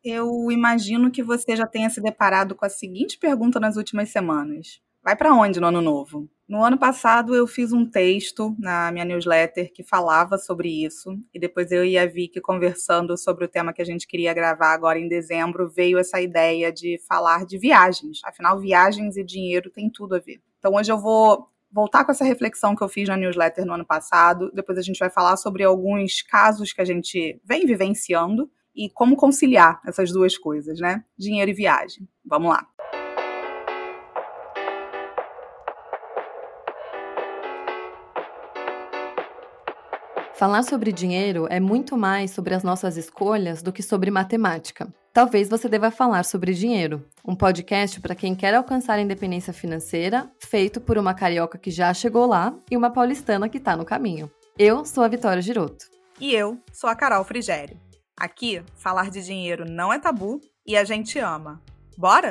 Eu imagino que você já tenha se deparado com a seguinte pergunta nas últimas semanas: vai para onde no ano novo? No ano passado eu fiz um texto na minha newsletter que falava sobre isso, e depois eu e a Vicky conversando sobre o tema que a gente queria gravar agora em dezembro, veio essa ideia de falar de viagens. Afinal, viagens e dinheiro têm tudo a ver. Então hoje eu vou voltar com essa reflexão que eu fiz na newsletter no ano passado, depois a gente vai falar sobre alguns casos que a gente vem vivenciando e como conciliar essas duas coisas, né? Dinheiro e viagem. Vamos lá. Falar sobre dinheiro é muito mais sobre as nossas escolhas do que sobre matemática. Talvez você deva falar sobre dinheiro, um podcast para quem quer alcançar a independência financeira, feito por uma carioca que já chegou lá e uma paulistana que está no caminho. Eu sou a Vitória Giroto. E eu sou a Carol Frigério. Aqui, falar de dinheiro não é tabu e a gente ama. Bora?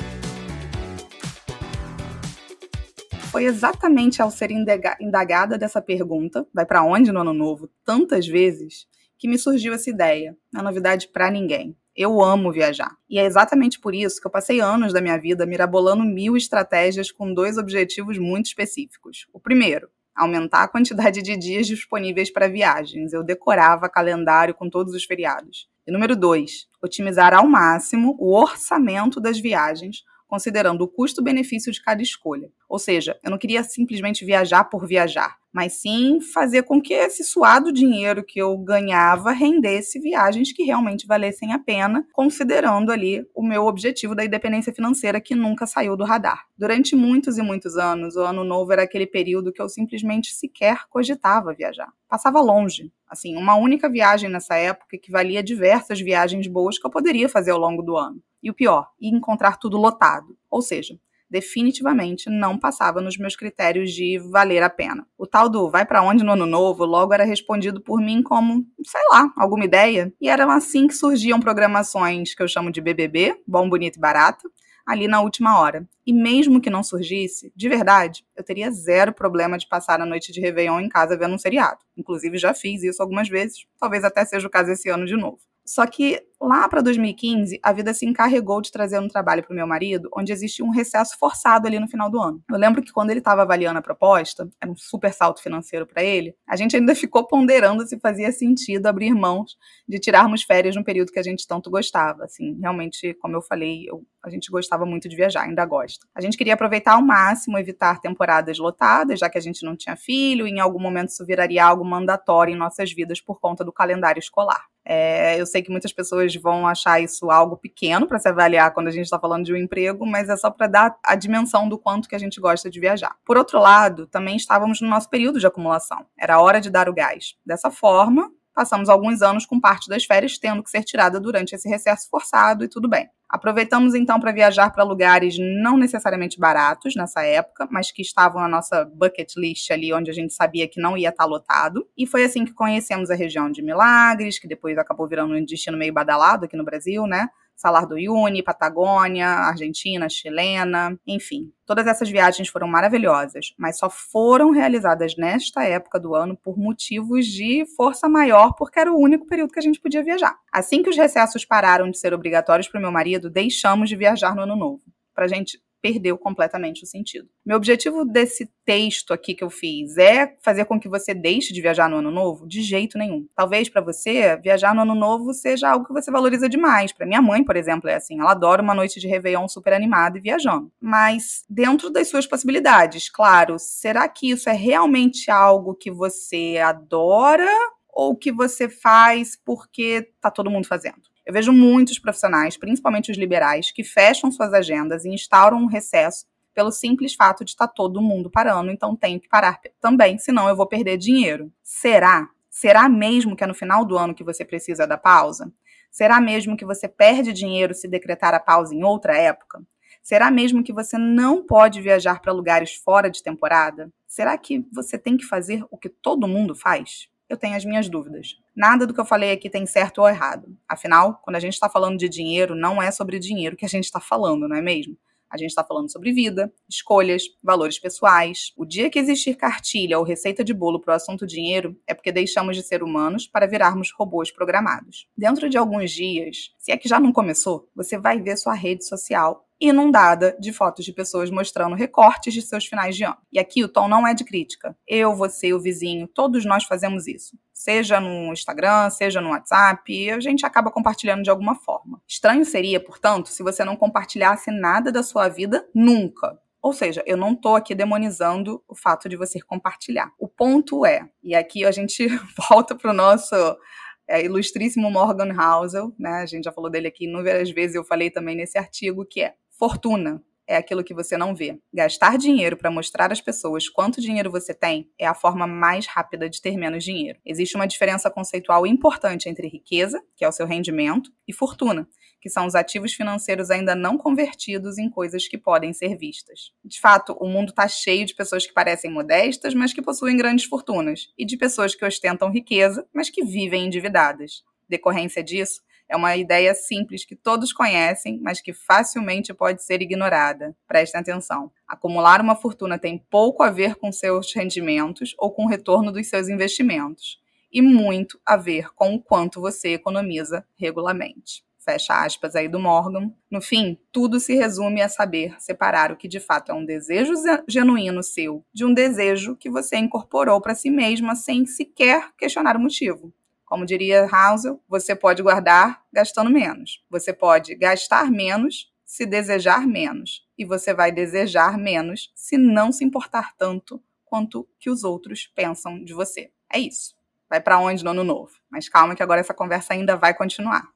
Foi exatamente ao ser indagada dessa pergunta, vai para onde no ano novo, tantas vezes, que me surgiu essa ideia. Não é novidade para ninguém. Eu amo viajar. E é exatamente por isso que eu passei anos da minha vida mirabolando 1000 estratégias com 2 objetivos muito específicos. O primeiro, aumentar a quantidade de dias disponíveis para viagens. Eu decorava calendário com todos os feriados. E número 2, otimizar ao máximo o orçamento das viagens, considerando o custo-benefício de cada escolha. Ou seja, eu não queria simplesmente viajar por viajar, mas sim fazer com que esse suado dinheiro que eu ganhava rendesse viagens que realmente valessem a pena, considerando ali o meu objetivo da independência financeira que nunca saiu do radar. Durante muitos e muitos anos, o ano novo era aquele período que eu simplesmente sequer cogitava viajar. Passava longe. Assim, uma única viagem nessa época equivalia a diversas viagens boas que eu poderia fazer ao longo do ano. E o pior, ia encontrar tudo lotado. Ou seja, definitivamente não passava nos meus critérios de valer a pena. O tal do vai pra onde no ano novo logo era respondido por mim como, sei lá, alguma ideia. E eram assim que surgiam programações que eu chamo de BBB, bom, bonito e barato, ali na última hora. E mesmo que não surgisse, de verdade, eu teria zero problema de passar a noite de Réveillon em casa vendo um seriado. Inclusive já fiz isso algumas vezes, talvez até seja o caso esse ano de novo. Só que lá para 2015, a vida se encarregou de trazer um trabalho para o meu marido, onde existia um recesso forçado ali no final do ano. Eu lembro que quando ele estava avaliando a proposta, era um super salto financeiro para ele, a gente ainda ficou ponderando se fazia sentido abrir mãos de tirarmos férias num período que a gente tanto gostava. Assim, realmente, como eu falei, a gente gostava muito de viajar, ainda gosta. A gente queria aproveitar ao máximo, evitar temporadas lotadas, já que a gente não tinha filho, e em algum momento isso viraria algo mandatório em nossas vidas por conta do calendário escolar. Eu sei que muitas pessoas vão achar isso algo pequeno para se avaliar quando a gente está falando de um emprego, mas é só para dar a dimensão do quanto que a gente gosta de viajar. Por outro lado, também estávamos no nosso período de acumulação. Era hora de dar o gás. Dessa forma, passamos alguns anos com parte das férias tendo que ser tirada durante esse recesso forçado e tudo bem. Aproveitamos então para viajar para lugares não necessariamente baratos nessa época, mas que estavam na nossa bucket list ali, onde a gente sabia que não ia estar lotado. E foi assim que conhecemos a região de Milagres, que depois acabou virando um destino meio badalado aqui no Brasil, né? Salar do Uyuni, Patagônia, Argentina, Chilena, enfim. Todas essas viagens foram maravilhosas, mas só foram realizadas nesta época do ano por motivos de força maior, porque era o único período que a gente podia viajar. Assim que os recessos pararam de ser obrigatórios para o meu marido, deixamos de viajar no ano novo. Pra gente perdeu completamente o sentido. Meu objetivo desse texto aqui que eu fiz é fazer com que você deixe de viajar no ano novo? De jeito nenhum. Talvez para você, viajar no ano novo seja algo que você valoriza demais. Para minha mãe, por exemplo, é assim, ela adora uma noite de Réveillon super animada e viajando. Mas dentro das suas possibilidades, claro, será que isso é realmente algo que você adora ou que você faz porque tá todo mundo fazendo? Eu vejo muitos profissionais, principalmente os liberais, que fecham suas agendas e instauram um recesso pelo simples fato de estar todo mundo parando, então tenho que parar também, senão eu vou perder dinheiro. Será? Será mesmo que é no final do ano que você precisa da pausa? Será mesmo que você perde dinheiro se decretar a pausa em outra época? Será mesmo que você não pode viajar para lugares fora de temporada? Será que você tem que fazer o que todo mundo faz? Eu tenho as minhas dúvidas. Nada do que eu falei aqui tem certo ou errado. Afinal, quando a gente está falando de dinheiro, não é sobre dinheiro que a gente está falando, não é mesmo? A gente está falando sobre vida, escolhas, valores pessoais. O dia que existir cartilha ou receita de bolo para o assunto dinheiro é porque deixamos de ser humanos para virarmos robôs programados. Dentro de alguns dias, se é que já não começou, você vai ver sua rede social inundada de fotos de pessoas mostrando recortes de seus finais de ano. E aqui o tom não é de crítica. Eu, você, o vizinho, todos nós fazemos isso. Seja no Instagram, seja no WhatsApp, a gente acaba compartilhando de alguma forma. Estranho seria, portanto, se você não compartilhasse nada da sua vida nunca. Ou seja, eu não estou aqui demonizando o fato de você compartilhar. O ponto é, e aqui a gente volta para o nosso ilustríssimo Morgan Housel, né? A gente já falou dele aqui inúmeras vezes, eu falei também nesse artigo, que é fortuna é aquilo que você não vê. Gastar dinheiro para mostrar às pessoas quanto dinheiro você tem é a forma mais rápida de ter menos dinheiro. Existe uma diferença conceitual importante entre riqueza, que é o seu rendimento, e fortuna, que são os ativos financeiros ainda não convertidos em coisas que podem ser vistas. De fato, o mundo está cheio de pessoas que parecem modestas, mas que possuem grandes fortunas, e de pessoas que ostentam riqueza, mas que vivem endividadas. Decorrência disso, é uma ideia simples que todos conhecem, mas que facilmente pode ser ignorada. Prestem atenção. Acumular uma fortuna tem pouco a ver com seus rendimentos ou com o retorno dos seus investimentos, e muito a ver com o quanto você economiza regularmente. Fecha aspas aí do Morgan. No fim, tudo se resume a saber separar o que de fato é um desejo genuíno seu de um desejo que você incorporou para si mesma sem sequer questionar o motivo. Como diria Housel, você pode guardar gastando menos. Você pode gastar menos se desejar menos. E você vai desejar menos se não se importar tanto quanto que os outros pensam de você. É isso. Vai para onde no ano novo? Mas calma que agora essa conversa ainda vai continuar.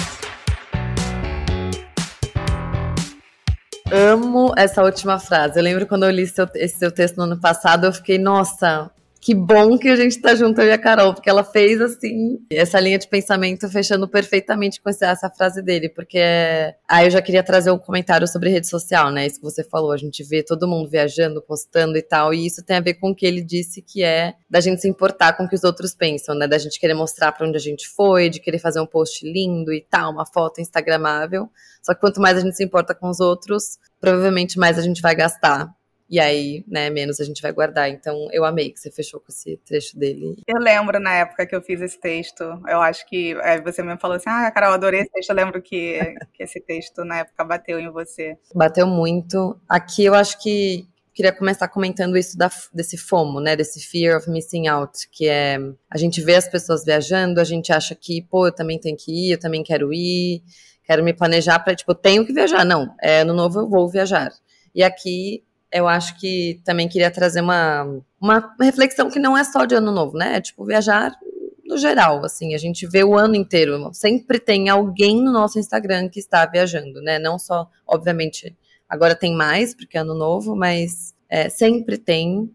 Amo essa última frase. Eu lembro quando eu li esse seu texto no ano passado, eu fiquei, nossa, que bom que a gente tá junto, eu e a Carol, porque ela fez, assim, essa linha de pensamento fechando perfeitamente com essa frase dele, porque aí eu já queria trazer um comentário sobre rede social, né, isso que você falou, a gente vê todo mundo viajando, postando e tal, e isso tem a ver com o que ele disse, que é da gente se importar com o que os outros pensam, né, da gente querer mostrar pra onde a gente foi, de querer fazer um post lindo e tal, uma foto instagramável, só que quanto mais a gente se importa com os outros, provavelmente mais a gente vai gastar. E aí, né, menos a gente vai guardar. Então, eu amei que você fechou com esse trecho dele. Eu lembro na época que eu fiz esse texto, eu acho que você mesmo falou assim, Carol, adorei esse texto. Eu lembro que esse texto na época bateu em você. Bateu muito. Aqui eu acho que queria começar comentando isso desse FOMO, né, desse Fear of Missing Out, que é, a gente vê as pessoas viajando, a gente acha que, pô, eu também tenho que ir, eu também quero ir, quero me planejar para, tipo, tenho que viajar. Não, ano novo eu vou viajar. E aqui eu acho que também queria trazer uma reflexão que não é só de ano novo, né? É tipo viajar no geral, assim, a gente vê o ano inteiro. Sempre tem alguém no nosso Instagram que está viajando, né? Não só, obviamente, agora tem mais, porque é ano novo, mas sempre tem.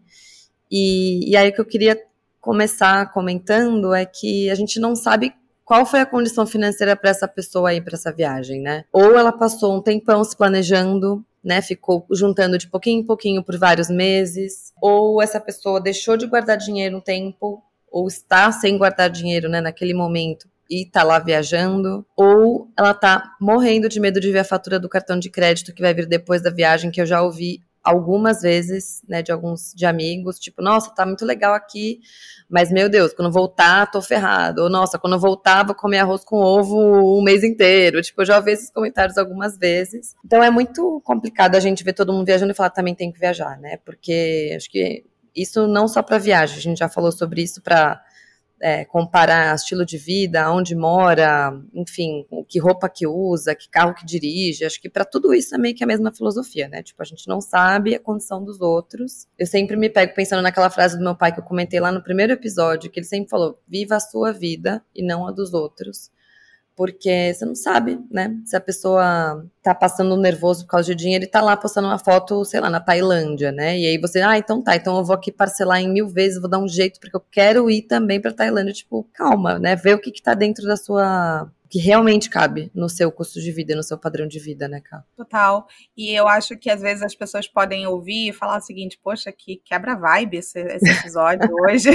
E aí o que eu queria começar comentando é que a gente não sabe qual foi a condição financeira para essa pessoa aí, para essa viagem, né? Ou ela passou um tempão se planejando, né, ficou juntando de pouquinho em pouquinho por vários meses, ou essa pessoa deixou de guardar dinheiro um tempo, ou está sem guardar dinheiro, né, naquele momento, e tá lá viajando, ou ela tá morrendo de medo de ver a fatura do cartão de crédito que vai vir depois da viagem, que eu já ouvi algumas vezes, né, de amigos, tipo, nossa, tá muito legal aqui, mas, meu Deus, quando voltar, tô ferrado. Ou, nossa, quando voltar, vou comer arroz com ovo um mês inteiro. Tipo, eu já ouvi esses comentários algumas vezes. Então, é muito complicado a gente ver todo mundo viajando e falar, também tem que viajar, né? Porque acho que isso não só para viagem, a gente já falou sobre isso para comparar estilo de vida, onde mora, enfim, que roupa que usa, que carro que dirige. Acho que para tudo isso é meio que a mesma filosofia, né? Tipo, a gente não sabe a condição dos outros. Eu sempre me pego pensando naquela frase do meu pai que eu comentei lá no primeiro episódio, que ele sempre falou, viva a sua vida e não a dos outros. Porque você não sabe, né, se a pessoa tá passando nervoso por causa de dinheiro e tá lá postando uma foto, sei lá, na Tailândia, né, e aí você, então tá, então eu vou aqui parcelar em 1000 vezes, vou dar um jeito, porque eu quero ir também pra Tailândia, tipo, calma, né, ver o que tá dentro da sua, que realmente cabe no seu custo de vida, no seu padrão de vida, né, Cá? Total, e eu acho que às vezes as pessoas podem ouvir e falar o seguinte, poxa, que quebra vibe esse episódio hoje.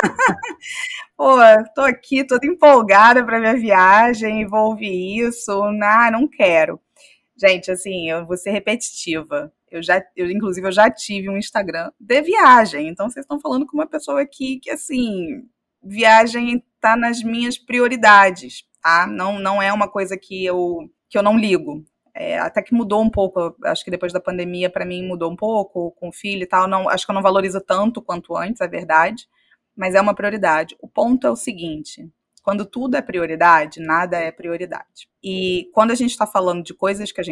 Pô, tô aqui toda empolgada para minha viagem e vou ouvir isso. Não quero. Gente, assim, eu vou ser repetitiva. Inclusive, eu já tive um Instagram de viagem. Então, vocês estão falando com uma pessoa aqui que, assim, viagem tá nas minhas prioridades, tá? Não é uma coisa que eu não ligo. Até que mudou um pouco, acho que depois da pandemia, para mim, mudou um pouco, com o filho e tal. Não, acho que eu não valorizo tanto quanto antes, é verdade. Mas é uma prioridade. O ponto é o seguinte: quando tudo é prioridade, nada é prioridade. E quando a gente está falando de coisas que a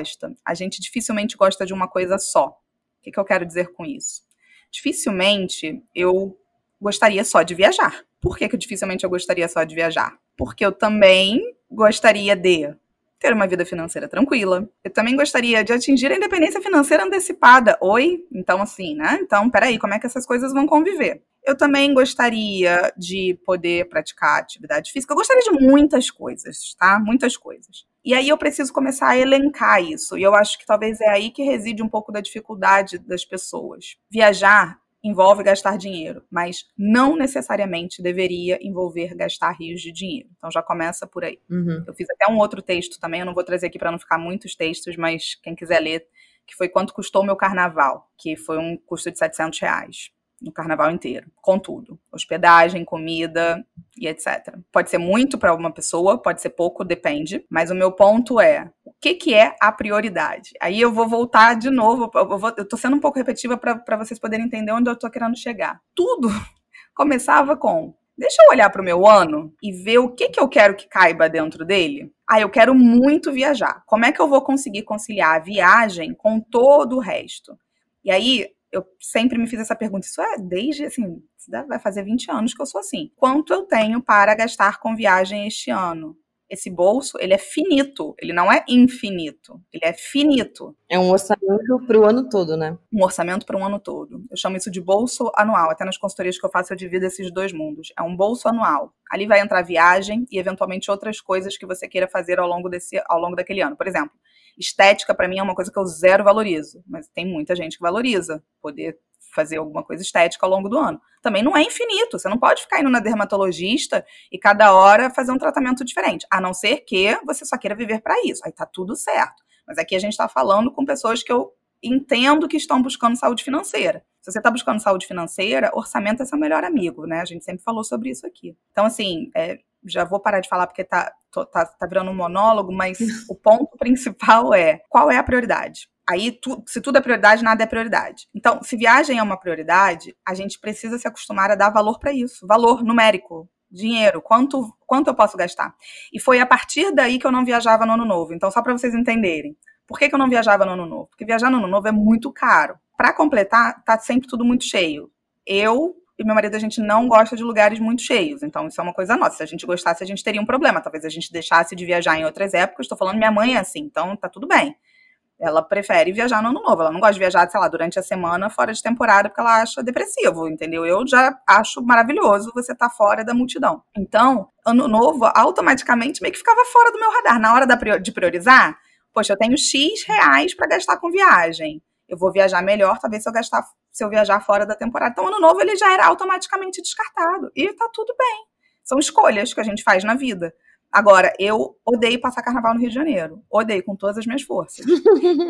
gente dificilmente gosta de uma coisa só. O que eu quero dizer com isso? Dificilmente eu gostaria só de viajar. Por que dificilmente eu gostaria só de viajar? Porque eu também gostaria de ter uma vida financeira tranquila. Eu também gostaria de atingir a independência financeira antecipada. Oi? Então, assim, né? Então, peraí, como é que essas coisas vão conviver? Eu também gostaria de poder praticar atividade física. Eu gostaria de muitas coisas, tá? Muitas coisas. E aí eu preciso começar a elencar isso. E eu acho que talvez é aí que reside um pouco da dificuldade das pessoas. Viajar envolve gastar dinheiro, mas não necessariamente deveria envolver gastar rios de dinheiro. Então já começa por aí. Uhum. Eu fiz até um outro texto também, eu não vou trazer aqui para não ficar muitos textos, mas quem quiser ler, que foi quanto custou o meu carnaval, que foi um custo de R$700 no carnaval inteiro, com tudo. Hospedagem, comida e etc. Pode ser muito para uma pessoa, pode ser pouco, depende. Mas o meu ponto é, o que é a prioridade? Aí eu vou voltar de novo, eu tô sendo um pouco repetitiva para vocês poderem entender onde eu tô querendo chegar. Tudo começava com: deixa eu olhar para o meu ano e ver o que eu quero que caiba dentro dele. Eu quero muito viajar. Como é que eu vou conseguir conciliar a viagem com todo o resto? E aí, eu sempre me fiz essa pergunta. Isso é desde, assim, vai fazer 20 anos que eu sou assim. Quanto eu tenho para gastar com viagem este ano? Esse bolso, ele é finito, ele não é infinito, ele é finito. É um orçamento para o ano todo, né? Um orçamento para um ano todo. Eu chamo isso de bolso anual. Até nas consultorias que eu faço, eu divido esses dois mundos. É um bolso anual. Ali vai entrar viagem e, eventualmente, outras coisas que você queira fazer ao longo daquele ano. Por exemplo, estética, para mim, é uma coisa que eu zero valorizo. Mas tem muita gente que valoriza poder fazer alguma coisa estética ao longo do ano. Também não é infinito. Você não pode ficar indo na dermatologista e cada hora fazer um tratamento diferente. A não ser que você só queira viver para isso. Aí tá tudo certo. Mas aqui a gente está falando com pessoas que eu entendo que estão buscando saúde financeira. Se você está buscando saúde financeira, orçamento é seu melhor amigo, né? A gente sempre falou sobre isso aqui. Então, assim, já vou parar de falar porque tá virando um monólogo, mas o ponto principal é: qual é a prioridade? Aí, se tudo é prioridade, nada é prioridade. Então, se viagem é uma prioridade, a gente precisa se acostumar a dar valor para isso. Valor numérico. Dinheiro, quanto eu posso gastar? E foi a partir daí que eu não viajava no Ano Novo. Então, só para vocês entenderem. Por que eu não viajava no Ano Novo? Porque viajar no Ano Novo é muito caro. Para completar, tá sempre tudo muito cheio. Eu e meu marido, a gente não gosta de lugares muito cheios. Então, isso é uma coisa nossa. Se a gente gostasse, a gente teria um problema. Talvez a gente deixasse de viajar em outras épocas. Estou falando, minha mãe é assim, então tá tudo bem. Ela prefere viajar no Ano Novo. Ela não gosta de viajar, sei lá, durante a semana, fora de temporada, porque ela acha depressivo, entendeu? Eu já acho maravilhoso você estar fora da multidão. Então, Ano Novo, automaticamente, meio que ficava fora do meu radar. Na hora de priorizar, poxa, eu tenho X reais para gastar com viagem. Eu vou viajar melhor, talvez, se eu viajar fora da temporada. Então, Ano Novo, ele já era automaticamente descartado. E tá tudo bem. São escolhas que a gente faz na vida. Agora, eu odeio passar carnaval no Rio de Janeiro. Odeio com todas as minhas forças. Eu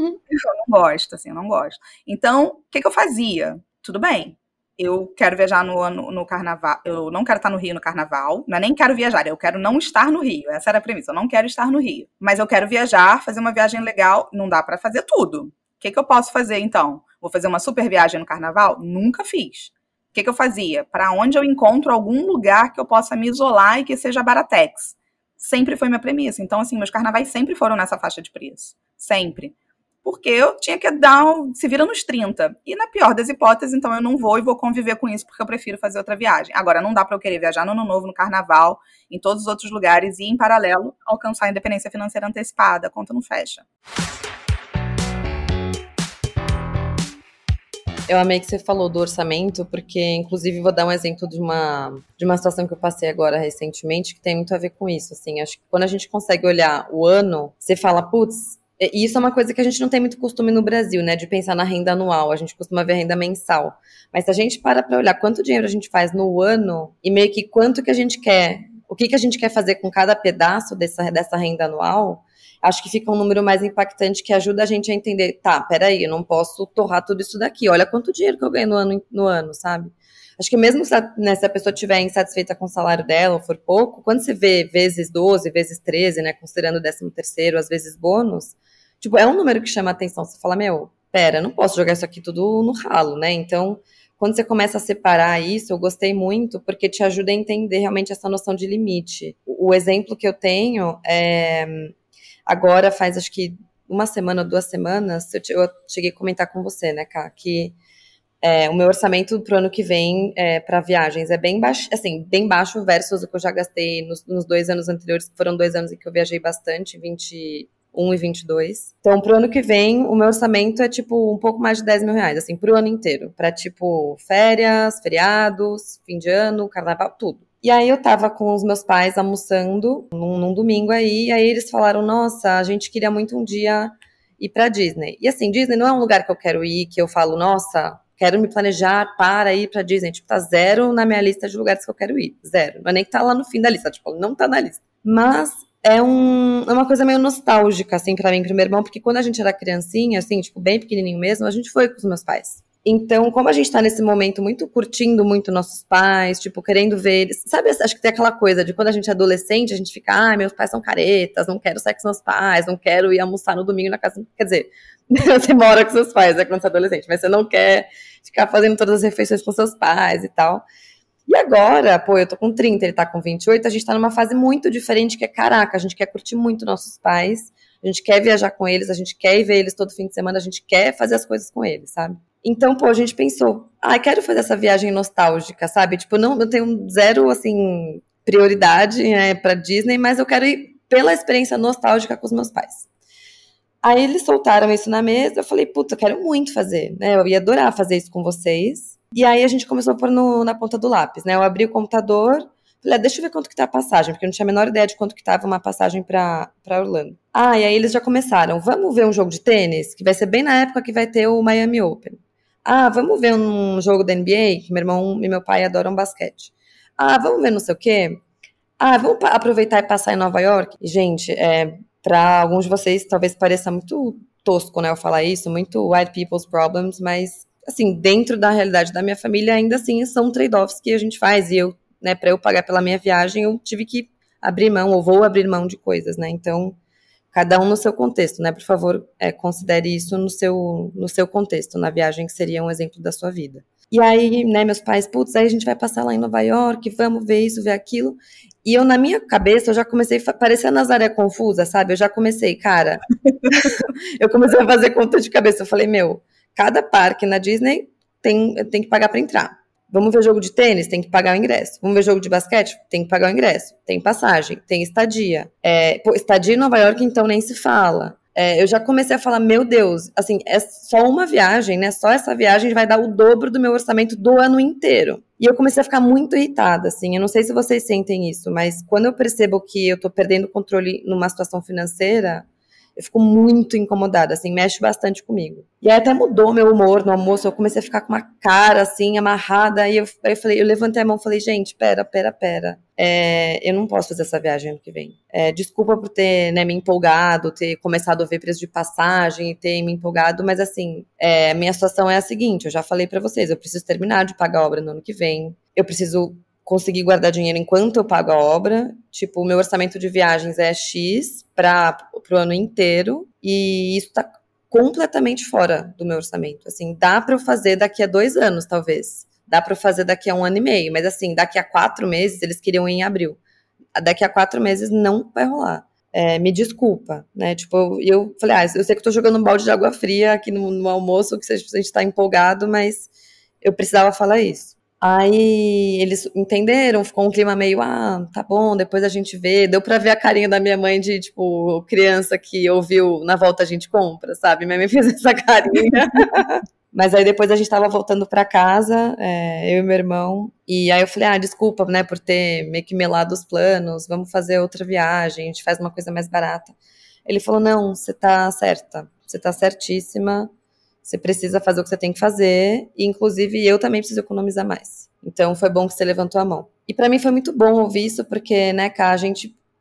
não gosto, assim, eu não gosto. Então, o que eu fazia? Tudo bem, eu quero viajar no carnaval, eu não quero estar no Rio no carnaval, não é nem quero viajar, eu quero não estar no Rio. Essa era a premissa, eu não quero estar no Rio. Mas eu quero viajar, fazer uma viagem legal, não dá pra fazer tudo. O que eu posso fazer, então? Vou fazer uma super viagem no carnaval? Nunca fiz. O que eu fazia? Para onde eu encontro algum lugar que eu possa me isolar e que seja baratex? Sempre foi minha premissa. Então, assim, meus carnavais sempre foram nessa faixa de preço. Sempre. Porque eu tinha que se vira nos 30. E na pior das hipóteses, então eu não vou e vou conviver com isso porque eu prefiro fazer outra viagem. Agora, não dá para eu querer viajar no Ano Novo, no Carnaval, em todos os outros lugares e, em paralelo, alcançar a independência financeira antecipada. A conta não fecha. Eu amei que você falou do orçamento, porque, inclusive, vou dar um exemplo de uma situação que eu passei agora recentemente, que tem muito a ver com isso, assim. Acho que quando a gente consegue olhar o ano, você fala, putz, e isso é uma coisa que a gente não tem muito costume no Brasil, né, de pensar na renda anual, a gente costuma ver a renda mensal. Mas se a gente para olhar quanto dinheiro a gente faz no ano, e meio que quanto que a gente quer, o que a gente quer fazer com cada pedaço dessa renda anual, acho que fica um número mais impactante que ajuda a gente a entender, tá, peraí, eu não posso torrar tudo isso daqui, olha quanto dinheiro que eu ganho no ano, sabe? Acho que mesmo se a pessoa estiver insatisfeita com o salário dela, ou for pouco, quando você vê vezes 12, vezes 13, né, considerando o 13º, às vezes bônus, tipo, é um número que chama a atenção. Você fala, meu, pera, eu não posso jogar isso aqui tudo no ralo, né? Então, quando você começa a separar isso, eu gostei muito, porque te ajuda a entender realmente essa noção de limite. O exemplo que eu tenho é, agora faz acho que 1 semana ou 2 semanas, eu cheguei a comentar com você, né, Ká, que o meu orçamento pro ano que vem para viagens é bem baixo, assim, bem baixo versus o que eu já gastei nos 2 anos anteriores, que foram 2 anos em que eu viajei bastante, 21 e 22. Então, pro ano que vem, o meu orçamento é, tipo, um pouco mais de 10 mil reais, assim, pro ano inteiro. Pra, tipo, férias, feriados, fim de ano, carnaval, tudo. E aí eu tava com os meus pais almoçando num domingo aí, e aí eles falaram, nossa, a gente queria muito um dia ir pra Disney. E assim, Disney não é um lugar que eu quero ir, que eu falo, nossa, quero me planejar para ir pra Disney. Tipo, tá zero na minha lista de lugares que eu quero ir. Zero. Não é nem que tá lá no fim da lista, tipo, não tá na lista. Mas é uma coisa meio nostálgica, assim, pra mim, pro meu irmão, porque quando a gente era criancinha, assim, tipo, bem pequenininho mesmo, a gente foi com os meus pais. Então, como a gente tá nesse momento muito curtindo muito nossos pais, tipo, querendo ver eles, sabe, acho que tem aquela coisa de quando a gente é adolescente, a gente fica, meus pais são caretas, não quero sair com meus pais, não quero ir almoçar no domingo na casa, quer dizer, você mora com seus pais, quando você é adolescente, mas você não quer ficar fazendo todas as refeições com seus pais e tal. E agora, pô, eu tô com 30, ele tá com 28, a gente tá numa fase muito diferente, que é, caraca, a gente quer curtir muito nossos pais, a gente quer viajar com eles, a gente quer ir ver eles todo fim de semana, a gente quer fazer as coisas com eles, sabe? Então, pô, a gente pensou, quero fazer essa viagem nostálgica, sabe? Tipo, não, eu tenho zero, assim, prioridade pra Disney, mas eu quero ir pela experiência nostálgica com os meus pais. Aí eles soltaram isso na mesa, eu falei, puta, eu quero muito fazer, né? Eu ia adorar fazer isso com vocês. E aí a gente começou a pôr na ponta do lápis, né? Eu abri o computador, falei, deixa eu ver quanto que tá a passagem, porque eu não tinha a menor ideia de quanto que tava uma passagem pra Orlando. E aí eles já começaram, vamos ver um jogo de tênis, que vai ser bem na época que vai ter o Miami Open. Vamos ver um jogo da NBA, que meu irmão e meu pai adoram basquete. Vamos ver não sei o quê. Vamos aproveitar e passar em Nova York. E, gente, para alguns de vocês talvez pareça muito tosco, né, eu falar isso, muito white people's problems, mas, assim, dentro da realidade da minha família, ainda assim, são trade-offs que a gente faz, e eu, né, para eu pagar pela minha viagem, eu tive que abrir mão, ou vou abrir mão de coisas, né, então, cada um no seu contexto, né, por favor, considere isso no seu contexto, na viagem que seria um exemplo da sua vida. E aí, né, meus pais, putz, aí a gente vai passar lá em Nova York, vamos ver isso, ver aquilo. E eu, na minha cabeça, eu já comecei a parecer a Nazaré confusa, sabe? Eu já comecei, cara, eu comecei a fazer conta de cabeça. Eu falei, cada parque na Disney tem que pagar pra entrar. Vamos ver jogo de tênis? Tem que pagar o ingresso. Vamos ver jogo de basquete? Tem que pagar o ingresso. Tem passagem, tem estadia. Estadia em Nova York, então, nem se fala. Eu já comecei a falar, meu Deus, assim, é só uma viagem, né? Só essa viagem vai dar o dobro do meu orçamento do ano inteiro. E eu comecei a ficar muito irritada, assim. Eu não sei se vocês sentem isso, mas quando eu percebo que eu tô perdendo o controle numa situação financeira, eu fico muito incomodada, assim, mexe bastante comigo. E aí até mudou meu humor no almoço, eu comecei a ficar com uma cara, assim, amarrada, aí eu levantei a mão e falei, gente, pera. Eu não posso fazer essa viagem ano que vem. Desculpa por ter, né, me empolgado, ter começado a ver preço de passagem e ter me empolgado, mas assim, a minha situação é a seguinte, eu já falei pra vocês, eu preciso terminar de pagar a obra no ano que vem, eu preciso conseguir guardar dinheiro enquanto eu pago a obra. Tipo, o meu orçamento de viagens é X pro ano inteiro, e isso tá completamente fora do meu orçamento. Assim, dá para eu fazer daqui a 2 anos, talvez. Dá para eu fazer daqui a 1 ano e meio, mas assim, daqui a 4 meses, eles queriam ir em abril. Daqui a 4 meses não vai rolar. Me desculpa, né? Tipo, eu falei, eu sei que eu tô jogando um balde de água fria aqui no almoço, que a gente tá empolgado, mas eu precisava falar isso. Aí eles entenderam, ficou um clima meio, tá bom, depois a gente vê. Deu pra ver a carinha da minha mãe de, tipo, criança que ouviu na volta a gente compra, sabe? Minha mãe fez essa carinha. Mas aí depois a gente tava voltando pra casa, eu e meu irmão, e aí eu falei, desculpa, né, por ter meio que melado os planos, vamos fazer outra viagem, a gente faz uma coisa mais barata. Ele falou, não, você tá certa, você tá certíssima, você precisa fazer o que você tem que fazer, e inclusive eu também preciso economizar mais. Então foi bom que você levantou a mão. E pra mim foi muito bom ouvir isso, porque, né, Ká, a gente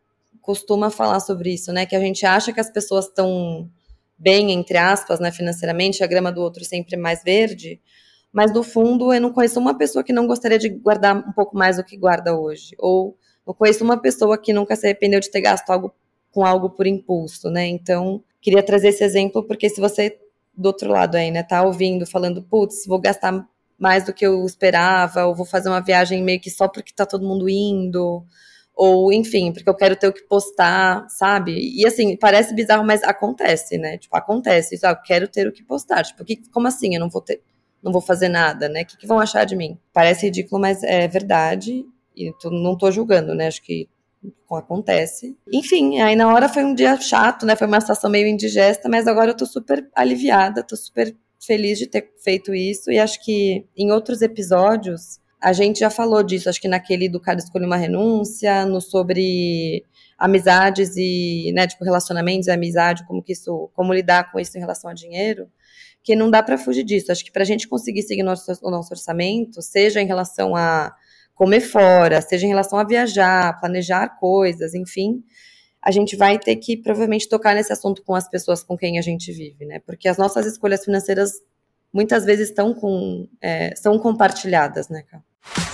costuma falar sobre isso, né? Que a gente acha que as pessoas estão bem, entre aspas, né, financeiramente, a grama do outro sempre é mais verde, mas no fundo eu não conheço uma pessoa que não gostaria de guardar um pouco mais do que guarda hoje, ou não conheço uma pessoa que nunca se arrependeu de ter gasto algo por impulso, né? Então, queria trazer esse exemplo, porque se você, do outro lado aí, né, tá ouvindo, falando, putz, vou gastar mais do que eu esperava, ou vou fazer uma viagem meio que só porque tá todo mundo indo, ou, enfim, porque eu quero ter o que postar, sabe? E, assim, parece bizarro, mas acontece, né? Tipo, acontece. Isso, eu quero ter o que postar. Tipo, como assim eu não vou fazer nada, né? O que vão achar de mim? Parece ridículo, mas é verdade. E não tô julgando, né? Acho que acontece. Enfim, aí na hora foi um dia chato, né? Foi uma situação meio indigesta, mas agora eu tô super aliviada, tô super feliz de ter feito isso. E acho que em outros episódios a gente já falou disso, acho que naquele do cara escolher uma renúncia, no sobre amizades e, né, tipo, relacionamentos e amizade, como lidar com isso em relação a dinheiro, que não dá para fugir disso. Acho que pra gente conseguir seguir o nosso orçamento, seja em relação a comer fora, seja em relação a viajar, planejar coisas, enfim, a gente vai ter que provavelmente tocar nesse assunto com as pessoas com quem a gente vive, né? Porque as nossas escolhas financeiras muitas vezes são compartilhadas, né, cara?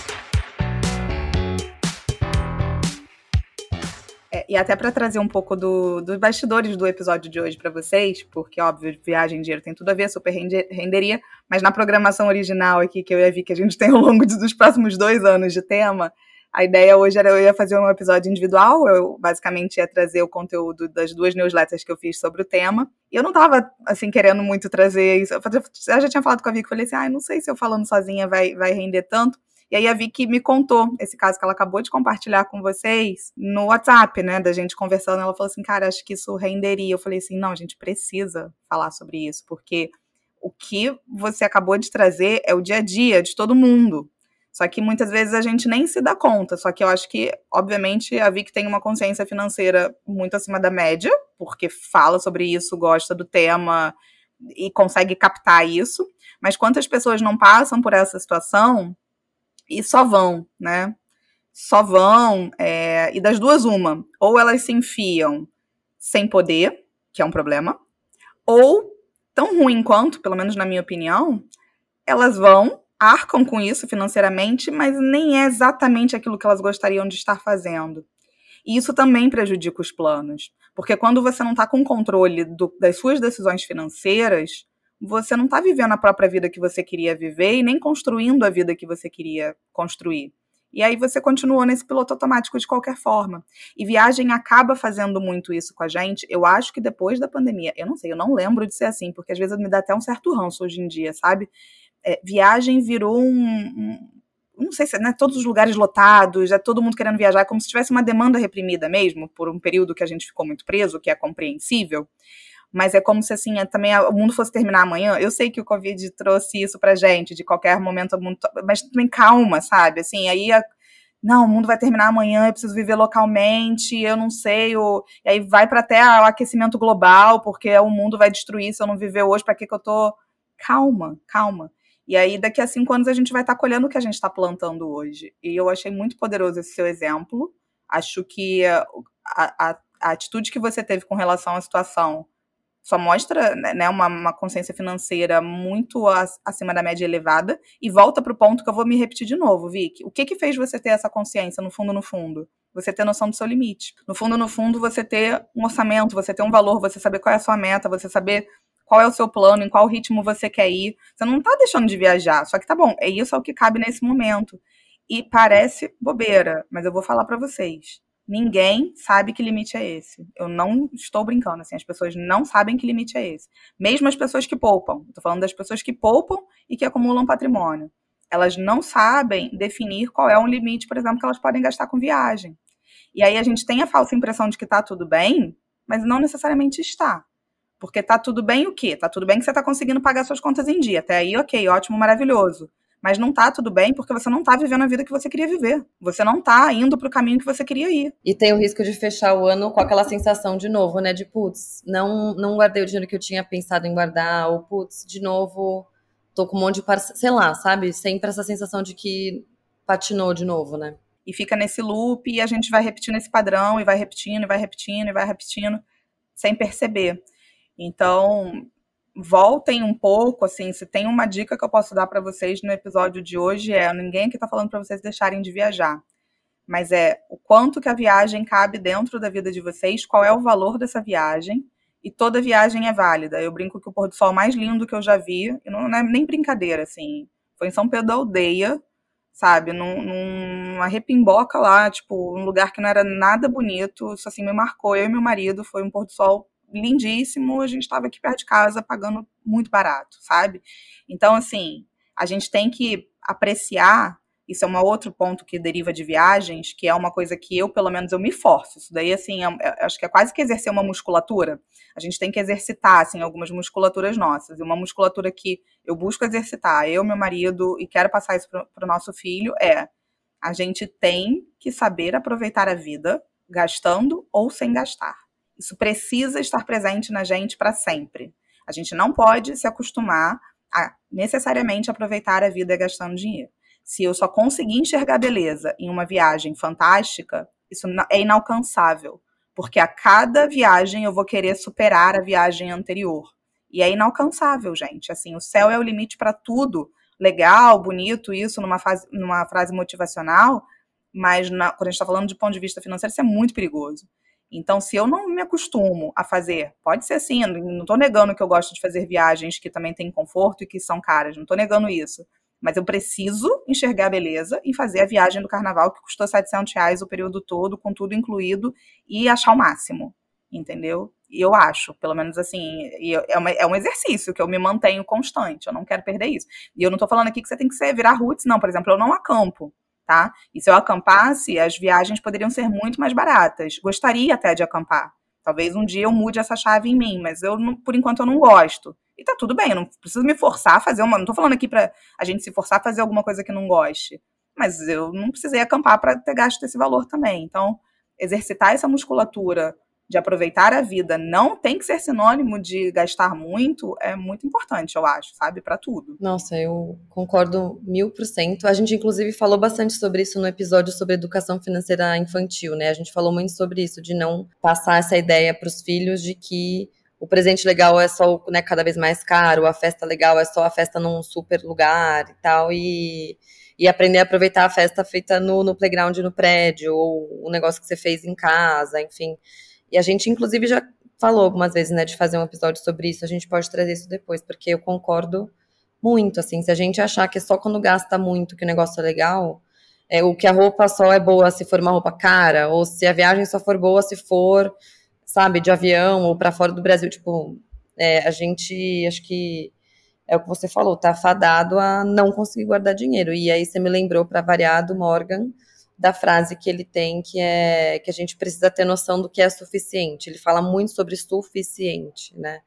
E até para trazer um pouco dos bastidores do episódio de hoje para vocês, porque, óbvio, viagem e dinheiro tem tudo a ver, super renderia, mas na programação original aqui, que eu ia ver que a gente tem ao longo dos próximos 2 anos de tema, a ideia hoje era eu ia fazer um episódio individual, eu basicamente ia trazer o conteúdo das 2 newsletters que eu fiz sobre o tema, e eu não tava, assim, querendo muito trazer isso, eu já tinha falado com a Vicky, falei assim, não sei se eu falando sozinha vai render tanto. E aí a Vicky me contou esse caso que ela acabou de compartilhar com vocês no WhatsApp, né, da gente conversando. Ela falou assim, cara, acho que isso renderia. Eu falei assim, não, a gente precisa falar sobre isso, porque o que você acabou de trazer é o dia a dia de todo mundo. Só que muitas vezes a gente nem se dá conta. Só que eu acho que, obviamente, a Vicky tem uma consciência financeira muito acima da média, porque fala sobre isso, gosta do tema e consegue captar isso. Mas quantas pessoas não passam por essa situação e só vão, né? Só vão, e das duas uma, ou elas se enfiam sem poder, que é um problema, ou, tão ruim quanto, pelo menos na minha opinião, elas vão, arcam com isso financeiramente, mas nem é exatamente aquilo que elas gostariam de estar fazendo. E isso também prejudica os planos, porque quando você não está com controle das suas decisões financeiras, você não está vivendo a própria vida que você queria viver e nem construindo a vida que você queria construir. E aí você continuou nesse piloto automático de qualquer forma. E viagem acaba fazendo muito isso com a gente. Eu acho que depois da pandemia, eu não sei, eu não lembro de ser assim, porque às vezes me dá até um certo ranço hoje em dia, sabe? Viagem virou não sei se, né, todos os lugares lotados, já todo mundo querendo viajar, como se tivesse uma demanda reprimida mesmo, por um período que a gente ficou muito preso, que é compreensível. Mas é como se, assim, também o mundo fosse terminar amanhã. Eu sei que o Covid trouxe isso pra gente, de qualquer momento, mas também calma, sabe? Assim, aí, não, o mundo vai terminar amanhã, eu preciso viver localmente, eu não sei, e aí vai para até o aquecimento global, porque o mundo vai destruir se eu não viver hoje, para que eu tô... Calma, calma. E aí, daqui a 5 anos, a gente vai estar colhendo o que a gente está plantando hoje. E eu achei muito poderoso esse seu exemplo. Acho que a atitude que você teve com relação à situação só mostra, né, uma consciência financeira muito acima da média elevada, e volta para o ponto que eu vou me repetir de novo, Vicky. O que fez você ter essa consciência, no fundo, no fundo? Você ter noção do seu limite. No fundo, você ter um orçamento, você ter um valor, você saber qual é a sua meta, você saber qual é o seu plano, em qual ritmo você quer ir. Você não tá deixando de viajar, só que tá bom, isso é o que cabe nesse momento. E parece bobeira, mas eu vou falar para vocês. Ninguém sabe que limite é esse. Eu não estou brincando, assim, as pessoas não sabem que limite é esse. Mesmo as pessoas que poupam. Estou falando das pessoas que poupam e que acumulam patrimônio. Elas não sabem definir qual é um limite, por exemplo, que elas podem gastar com viagem. E aí a gente tem a falsa impressão de que está tudo bem, mas não necessariamente está. Porque tá tudo bem o quê? Tá tudo bem que você está conseguindo pagar suas contas em dia. Até aí, ok, ótimo, maravilhoso. Mas não tá tudo bem porque você não tá vivendo a vida que você queria viver. Você não tá indo pro caminho que você queria ir. E tem o risco de fechar o ano com aquela sensação de novo, né? De putz, não guardei o dinheiro que eu tinha pensado em guardar, ou putz, de novo, tô com um monte de sei lá, sabe? Sempre essa sensação de que patinou de novo, né? e fica nesse loop e a gente vai repetindo esse padrão e vai repetindo, e vai repetindo, e vai repetindo, sem perceber. Então, voltem um pouco, assim, se tem uma dica que eu posso dar para vocês no episódio de hoje ninguém aqui tá falando para vocês deixarem de viajar, mas o quanto que a viagem cabe dentro da vida de vocês, qual é o valor dessa viagem, e toda viagem é válida. Eu brinco que o pôr do sol mais lindo que eu já vi, e não é nem brincadeira, assim, foi em São Pedro da Aldeia, sabe, numa repimboca lá, tipo, um lugar que não era nada bonito, isso assim me marcou, eu e meu marido, foi um pôr do sol lindíssimo, a gente estava aqui perto de casa pagando muito barato, sabe? Então, assim, a gente tem que apreciar, isso é um outro ponto que deriva de viagens, que é uma coisa que eu, pelo menos, eu me forço. Isso daí, assim, acho que é quase que exercer uma musculatura. A gente tem que exercitar, assim, algumas musculaturas nossas. E uma musculatura que eu busco exercitar, eu, meu marido, e quero passar isso para o nosso filho, a gente tem que saber aproveitar a vida, gastando ou sem gastar. Isso precisa estar presente na gente para sempre. A gente não pode se acostumar a necessariamente aproveitar a vida gastando dinheiro. Se eu só conseguir enxergar beleza em uma viagem fantástica, isso é inalcançável, porque a cada viagem eu vou querer superar a viagem anterior. E é inalcançável, gente. Assim, o céu é o limite para tudo. Legal, bonito isso numa frase motivacional, mas quando a gente está falando de ponto de vista financeiro, isso é muito perigoso. Então, se eu não me acostumo a fazer, pode ser assim, não estou negando que eu gosto de fazer viagens que também têm conforto e que são caras, não estou negando isso. Mas eu preciso enxergar a beleza e fazer a viagem do carnaval que custou R$ 700 o período todo, com tudo incluído, e achar o máximo, entendeu? E eu acho, pelo menos assim, é um exercício que eu me mantenho constante, eu não quero perder isso. E eu não tô falando aqui que você tem que virar roots, não. Por exemplo, eu não acampo, tá? E se eu acampasse, as viagens poderiam ser muito mais baratas. Gostaria até de acampar. Talvez um dia eu mude essa chave em mim, mas por enquanto eu não gosto. E tá tudo bem, eu não preciso me forçar a fazer uma. Não tô falando aqui pra a gente se forçar a fazer alguma coisa que não goste. Mas eu não precisei acampar para ter gasto esse valor também. Então, exercitar essa musculatura de aproveitar a vida não tem que ser sinônimo de gastar muito, é muito importante, eu acho, sabe? Para tudo. Nossa, eu concordo 1000%. A gente, inclusive, falou bastante sobre isso no episódio sobre educação financeira infantil, né? A gente falou muito sobre isso, de não passar essa ideia para os filhos de que o presente legal é só, né, cada vez mais caro, a festa legal é só a festa num super lugar e tal, e aprender a aproveitar a festa feita no playground, no prédio, ou o negócio que você fez em casa, enfim. E a gente, inclusive, já falou algumas vezes, né, de fazer um episódio sobre isso, a gente pode trazer isso depois, porque eu concordo muito, assim, se a gente achar que é só quando gasta muito que o negócio é legal, ou que a roupa só é boa se for uma roupa cara, ou se a viagem só for boa se for, sabe, de avião ou para fora do Brasil, tipo, a gente, acho que é o que você falou, tá fadado a não conseguir guardar dinheiro, e aí você me lembrou, para variar, do Morgan, da frase que ele tem, que é que a gente precisa ter noção do que é suficiente. Ele fala muito sobre suficiente, né?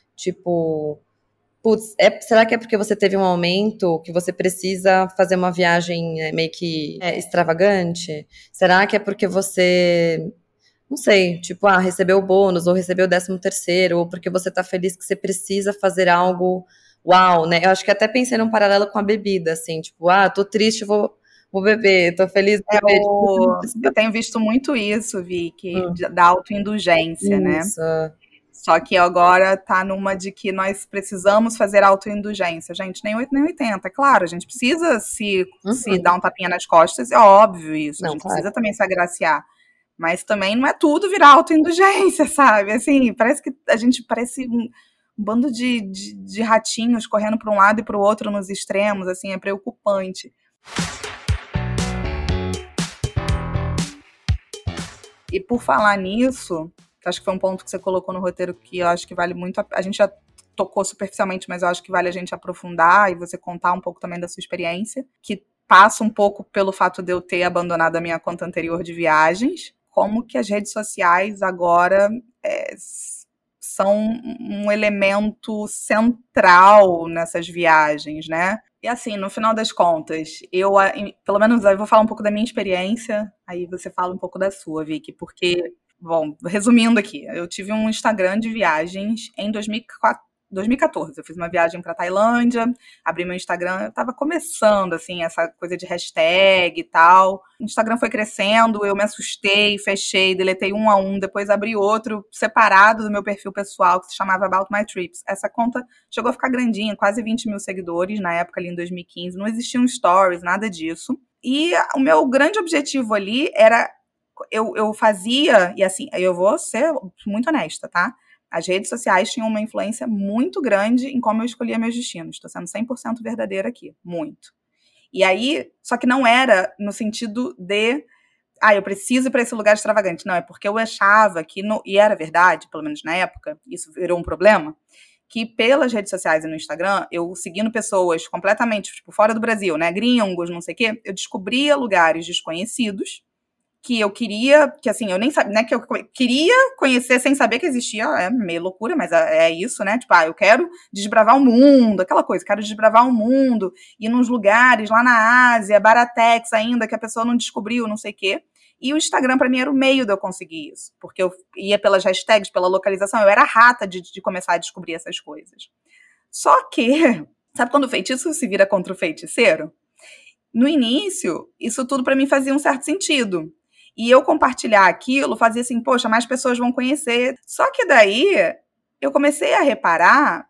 Tipo, putz, será que é porque você teve um aumento que você precisa fazer uma viagem meio que extravagante? Será que é porque você, não sei, tipo, recebeu o bônus, ou recebeu o 13º, ou porque você tá feliz que você precisa fazer algo uau, né? Eu acho que até pensei num paralelo com a bebida, assim, tipo, tô triste, vou beber, tô feliz, vou beber. Eu tenho visto muito isso, Vicky, da autoindulgência, né? Isso. Só que agora tá numa de que nós precisamos fazer autoindulgência. Gente, nem 8 nem 80. É claro, a gente precisa se dar um tapinha nas costas, é óbvio isso. Não, a gente claro. precisa também se agraciar. Mas também não é tudo virar autoindulgência, sabe? Assim, parece que a gente parece um bando de ratinhos correndo para um lado e para o outro nos extremos, assim, é preocupante. E por falar nisso, acho que foi um ponto que você colocou no roteiro que eu acho que vale muito. A gente já tocou superficialmente, mas eu acho que vale a gente aprofundar e você contar um pouco também da sua experiência, que passa um pouco pelo fato de eu ter abandonado a minha conta anterior de viagens, como que as redes sociais agora são um elemento central nessas viagens, né? E assim, no final das contas, pelo menos eu vou falar um pouco da minha experiência, aí você fala um pouco da sua, Vicky, porque, bom, resumindo aqui, eu tive um Instagram de viagens em 2014, 2014, eu fiz uma viagem para Tailândia, abri meu Instagram, eu tava começando, assim, essa coisa de hashtag e tal. O Instagram foi crescendo, eu me assustei, fechei, deletei um a um, depois abri outro separado do meu perfil pessoal, que se chamava About My Trips. Essa conta chegou a ficar grandinha, quase 20 mil seguidores, na época ali em 2015, não existiam stories, nada disso. E o meu grande objetivo ali era, eu fazia, e assim, eu vou ser muito honesta, tá? As redes sociais tinham uma influência muito grande em como eu escolhia meus destinos. Estou sendo 100% verdadeira aqui, muito. E aí, só que não era no sentido de, eu preciso ir para esse lugar extravagante. Não, é porque eu achava que, e era verdade, pelo menos na época, isso virou um problema, que pelas redes sociais e no Instagram, eu seguindo pessoas completamente, tipo, fora do Brasil, né, gringos, não sei o quê, eu descobria lugares desconhecidos que eu queria, que assim, eu nem sabia, né, que eu queria conhecer sem saber que existia, é meio loucura, mas é isso, né, tipo, eu quero desbravar o mundo, aquela coisa, quero desbravar o mundo, ir nos lugares lá na Ásia, Baratex ainda, que a pessoa não descobriu, não sei o quê, e o Instagram pra mim era o meio de eu conseguir isso, porque eu ia pelas hashtags, pela localização, eu era rata de começar a descobrir essas coisas. Só que, sabe quando o feitiço se vira contra o feiticeiro? No início, isso tudo pra mim fazia um certo sentido. E eu compartilhar aquilo fazia assim, poxa, mais pessoas vão conhecer. Só que daí eu comecei a reparar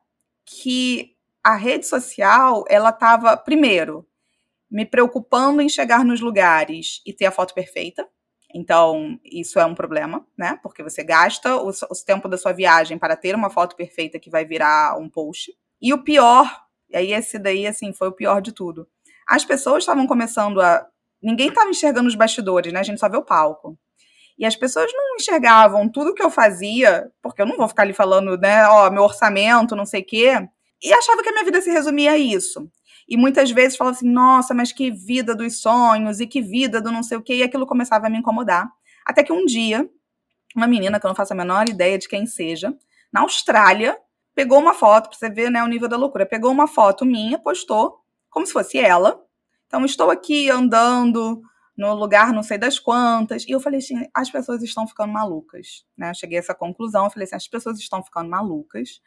que a rede social, ela estava, primeiro, me preocupando em chegar nos lugares e ter a foto perfeita. Então, isso é um problema, né? Porque você gasta o tempo da sua viagem para ter uma foto perfeita que vai virar um post. E o pior, e aí esse daí, assim, foi o pior de tudo. As pessoas estavam começando a... Ninguém estava enxergando os bastidores, né? A gente só vê o palco. E as pessoas não enxergavam tudo que eu fazia, porque eu não vou ficar ali falando, né, meu orçamento, não sei o quê, e achava que a minha vida se resumia a isso. E muitas vezes falava assim, nossa, mas que vida dos sonhos, e que vida do não sei o quê, e aquilo começava a me incomodar. Até que um dia, uma menina, que eu não faço a menor ideia de quem seja, na Austrália, pegou uma foto, pra você ver, né, o nível da loucura, pegou uma foto minha, postou, como se fosse ela. Então, estou aqui andando no lugar não sei das quantas, e eu falei assim, as pessoas estão ficando malucas, né? Eu cheguei a essa conclusão, eu falei assim, as pessoas estão ficando malucas,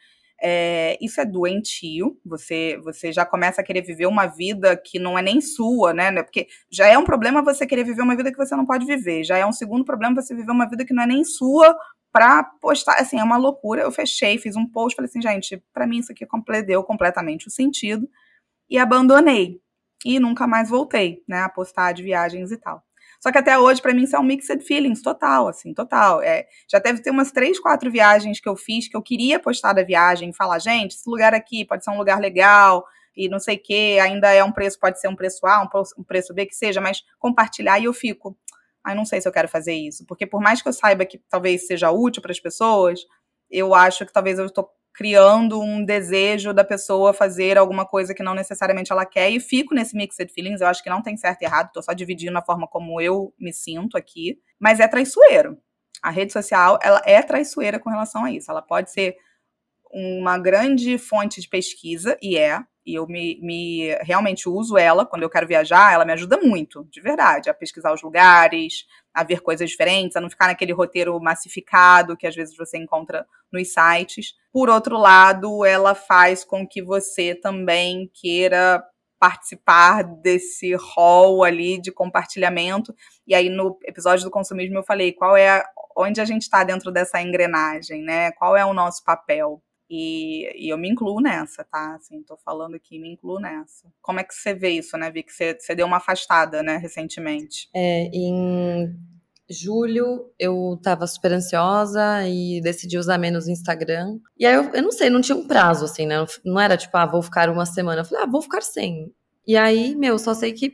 isso é doentio, você já começa a querer viver uma vida que não é nem sua, né? Porque já é um problema você querer viver uma vida que você não pode viver, já é um segundo problema você viver uma vida que não é nem sua pra postar, assim, é uma loucura. Eu fechei, fiz um post, falei assim, gente, pra mim isso aqui deu completamente o sentido, e abandonei. E nunca mais voltei, né, a postar de viagens e tal. Só que até hoje, pra mim, isso é um mixed feelings total, assim, total. Já deve ter umas 3, 4 viagens que eu fiz, que eu queria postar da viagem, falar, gente, esse lugar aqui pode ser um lugar legal, e não sei o quê, ainda é um preço, pode ser um preço A, um preço B, que seja, mas compartilhar, e eu fico, não sei se eu quero fazer isso, porque por mais que eu saiba que talvez seja útil para as pessoas, eu acho que talvez eu estou criando um desejo da pessoa fazer alguma coisa que não necessariamente ela quer, e fico nesse mixed feelings, eu acho que não tem certo e errado, tô só dividindo a forma como eu me sinto aqui, mas é traiçoeiro. A rede social, ela é traiçoeira com relação a isso, ela pode ser uma grande fonte de pesquisa, e eu realmente uso ela quando eu quero viajar, ela me ajuda muito, de verdade, a pesquisar os lugares, a ver coisas diferentes, a não ficar naquele roteiro massificado que às vezes você encontra nos sites. Por outro lado, ela faz com que você também queira participar desse hall ali de compartilhamento. E aí no episódio do consumismo eu falei onde a gente está dentro dessa engrenagem, né? Qual é o nosso papel? E eu me incluo nessa, tá? Assim, tô falando aqui, me incluo nessa. Como é que você vê isso, né, Vi? Que você deu uma afastada, né, recentemente. Em julho eu tava super ansiosa e decidi usar menos o Instagram. E aí eu não sei, não tinha um prazo, assim, né? Não era tipo, vou ficar uma semana. Eu falei, vou ficar sem. E aí, só sei que